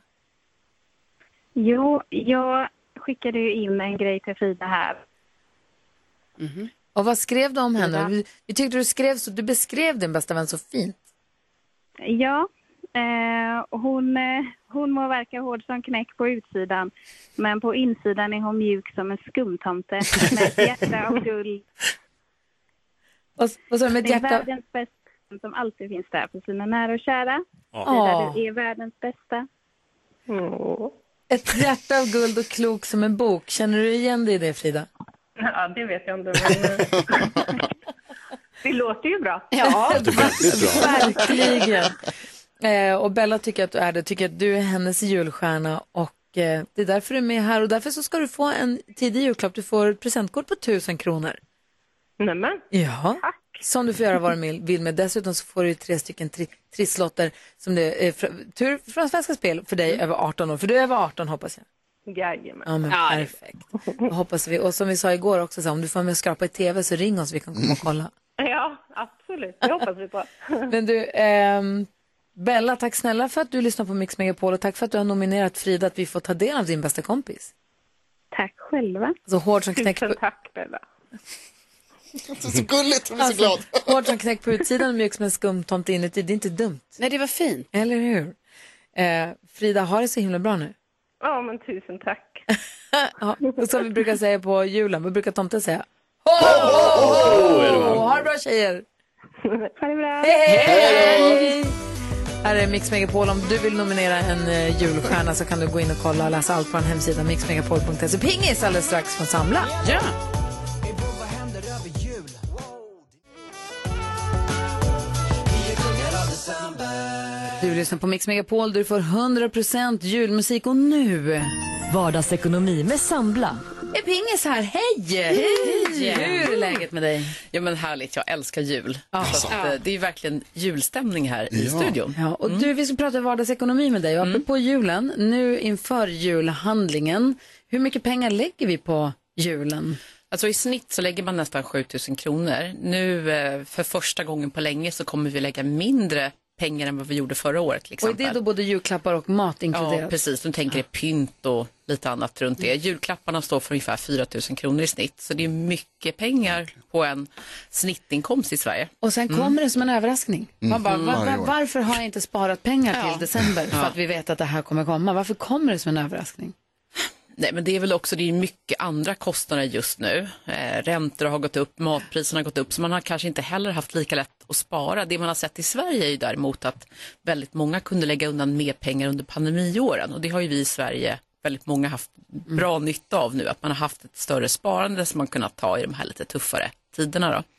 Jo, jag skickade ju in en grej till Frida här. Mm-hmm. Och vad skrev du om henne? Vi, vi tyckte du skrev så, du beskrev din bästa vän så fint. Ja, eh, hon, eh, hon må verka hård som knäck på utsidan. Men på insidan är hon mjuk som en skumtomte med ett hjärta och guld. Och, och så med ett hjärta... Det är världens bästa som alltid finns där för sina nära och kära. Ja. Frida, du är världens bästa. Mm. Ett hjärta av guld och klok som en bok. Känner du igen dig i det, Frida? Ja, det vet jag inte. Men... det låter ju bra. Ja, det bra. Verkligen. Eh, och Bella tycker att du är det. Tycker att du är hennes julstjärna. Och eh, det är därför du är med här. Och därför så ska du få en tidig julklapp. Du får ett presentkort på tusen kronor. Nämen. Ja. Tack. Som du får göra vad du vill med. Dessutom så får du tre stycken tri- trisslotter som det är fr- tur från Svenska Spel för dig mm. över arton år. För du är över arton, hoppas jag. Jajamän. Ja, men perfekt. Då hoppas vi. Och som vi sa igår också, så om du får med skrapa i tv så ring oss, vi kan komma och kolla. Ja, absolut. Det hoppas vi på. Men du, ehm, Bella, tack snälla för att du lyssnar på Mix Megapol och tack för att du har nominerat Frida att vi får ta del av din bästa kompis. Tack själva. Alltså, hård som knäck på... tack, Bella. Det är så gulligt, jag blir alltså, så glad. Hård som knäck på utsidan och mjuk som en skumtomte inuti, det är inte dumt. Nej, det var fint. Eller hur? Eh, Frida, har det så himla bra nu? Ja, men tusen tack. Ja, och som vi brukar säga på julen, vad brukar tomten säga? Ho, ho, ho, ho! Ha det bra, tjejer! Ha det bra! Hej, hej! Här är Mix Megapol. Om du vill nominera en uh, julstjärna så kan du gå in och kolla och läsa allt på en hemsida mix megapol punkt se. Pingis alldeles strax från Samla. Ja! Du lyssnar på Mix Megapol, du får hundra procent julmusik och nu Vardagsekonomi med Sambla. är Pingis här, hej! Hej! Hur är läget med dig? Ja men härligt, jag älskar jul. Alltså. Så att, det är verkligen julstämning här i Ja. studion. Ja, och du, vi ska prata vardagsekonomi med dig. Och mm. på julen, nu inför julhandlingen, hur mycket pengar lägger vi på julen? Alltså i snitt så lägger man nästan sjutusen kronor. Nu eh, för första gången på länge så kommer vi lägga mindre pengar än vad vi gjorde förra året till exempel. Och är det då både julklappar och mat inkluderat? Ja, precis. Du tänker det pynt och lite annat runt det. Julklapparna står för ungefär fyra tusen kronor i snitt. Så det är mycket pengar på en snittinkomst i Sverige. Och sen kommer mm. det som en överraskning. Man bara, var, var, varför har jag inte sparat pengar till ja. december? För ja. att vi vet att det här kommer komma. Varför kommer det som en överraskning? Nej, men det är väl också, det är mycket andra kostnader just nu. Eh, räntor har gått upp, matpriserna har gått upp, så man har kanske inte heller haft lika lätt att spara. Det man har sett i Sverige är ju däremot att väldigt många kunde lägga undan mer pengar under pandemiåren. Och det har ju vi i Sverige väldigt många haft bra mm. nytta av nu. Att man har haft ett större sparande som man kunnat ta i de här lite tuffare tiderna då.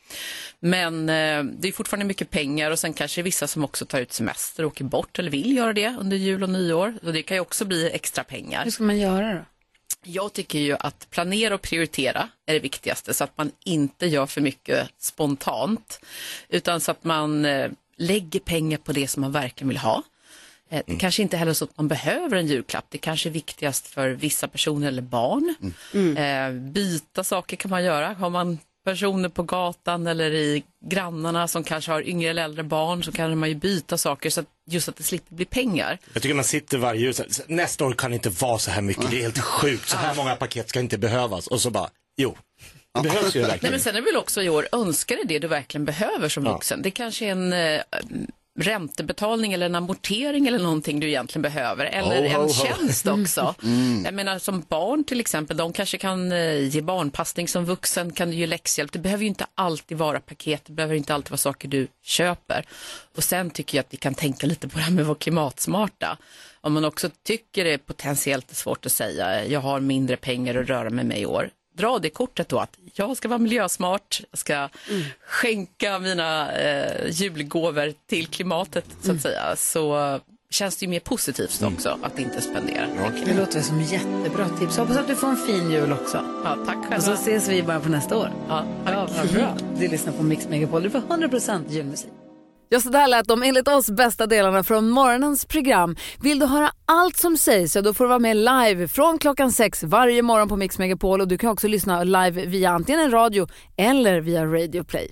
Men eh, det är fortfarande mycket pengar och sen kanske vissa som också tar ut semester och åker bort eller vill göra det under jul och nyår. Och det kan ju också bli extra pengar. Hur ska man göra då? Jag tycker ju att planera och prioritera är det viktigaste så att man inte gör för mycket spontant utan så att man eh, lägger pengar på det som man verkligen vill ha. Eh, det mm. kanske inte heller så att man behöver en julklapp. Det kanske är viktigast för vissa personer eller barn. Mm. Eh, byta saker kan man göra. Har man personer på gatan eller i grannarna som kanske har yngre eller äldre barn så kan man ju byta saker så att just att det slipper bli pengar. Jag tycker man sitter varje jul så, nästa år kan det inte vara så här mycket, det är helt sjukt, så här många paket ska inte behövas och så bara, jo, det behövs ju verkligen. Nej, men sen är det väl också i år, önskar det det du verkligen behöver som ja. vuxen. Det kanske är en äh, räntebetalning eller en amortering eller någonting du egentligen behöver. Eller oh, en oh, oh. tjänst också. Mm. Jag menar som barn till exempel, de kanske kan äh, ge barnpassning som vuxen, kan du ge läxhjälp. Det behöver ju inte alltid vara paket, det behöver inte alltid vara saker du köper. Och sen tycker jag att vi kan tänka lite på det här med att vara klimatsmarta. Om man också tycker det är potentiellt svårt att säga, jag har mindre pengar att röra med mig i år. Dra det kortet då att jag ska vara miljösmart, jag ska mm. skänka mina eh, julgåvor till klimatet så att mm. säga. Så känns det ju mer positivt mm. också att inte spendera. Okay. Det låter som jättebra tips. Hoppas att du får en fin jul också. Ja, tack själva. Och så ses vi bara på nästa år. Ja, tack. Ja, vad bra. Du lyssnar på Mix Megapol, du får hundra procent julmusik. Ja, så där lät de enligt oss bästa delarna från morgonens program. Vill du höra allt som sägs så då får du vara med live från klockan sex varje morgon på Mix Megapol. Och du kan också lyssna live via antingen en radio eller via Radio Play.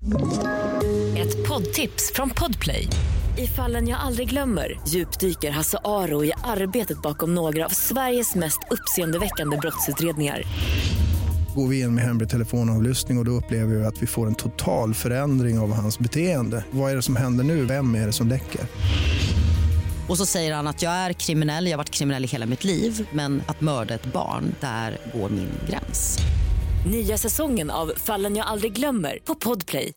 Ett poddtips från Podplay. I Fallen jag aldrig glömmer djupdyker Hasse Aro i arbetet bakom några av Sveriges mest uppseendeväckande brottsutredningar. Går vi in med hemlig telefonavlyssning och, och då upplever vi att vi får en total förändring av hans beteende. Vad är det som händer nu? Vem är det som läcker? Och så säger han att jag är kriminell, jag har varit kriminell i hela mitt liv. Men att mörda ett barn, där går min gräns. Nya säsongen av Fallen jag aldrig glömmer på Podplay.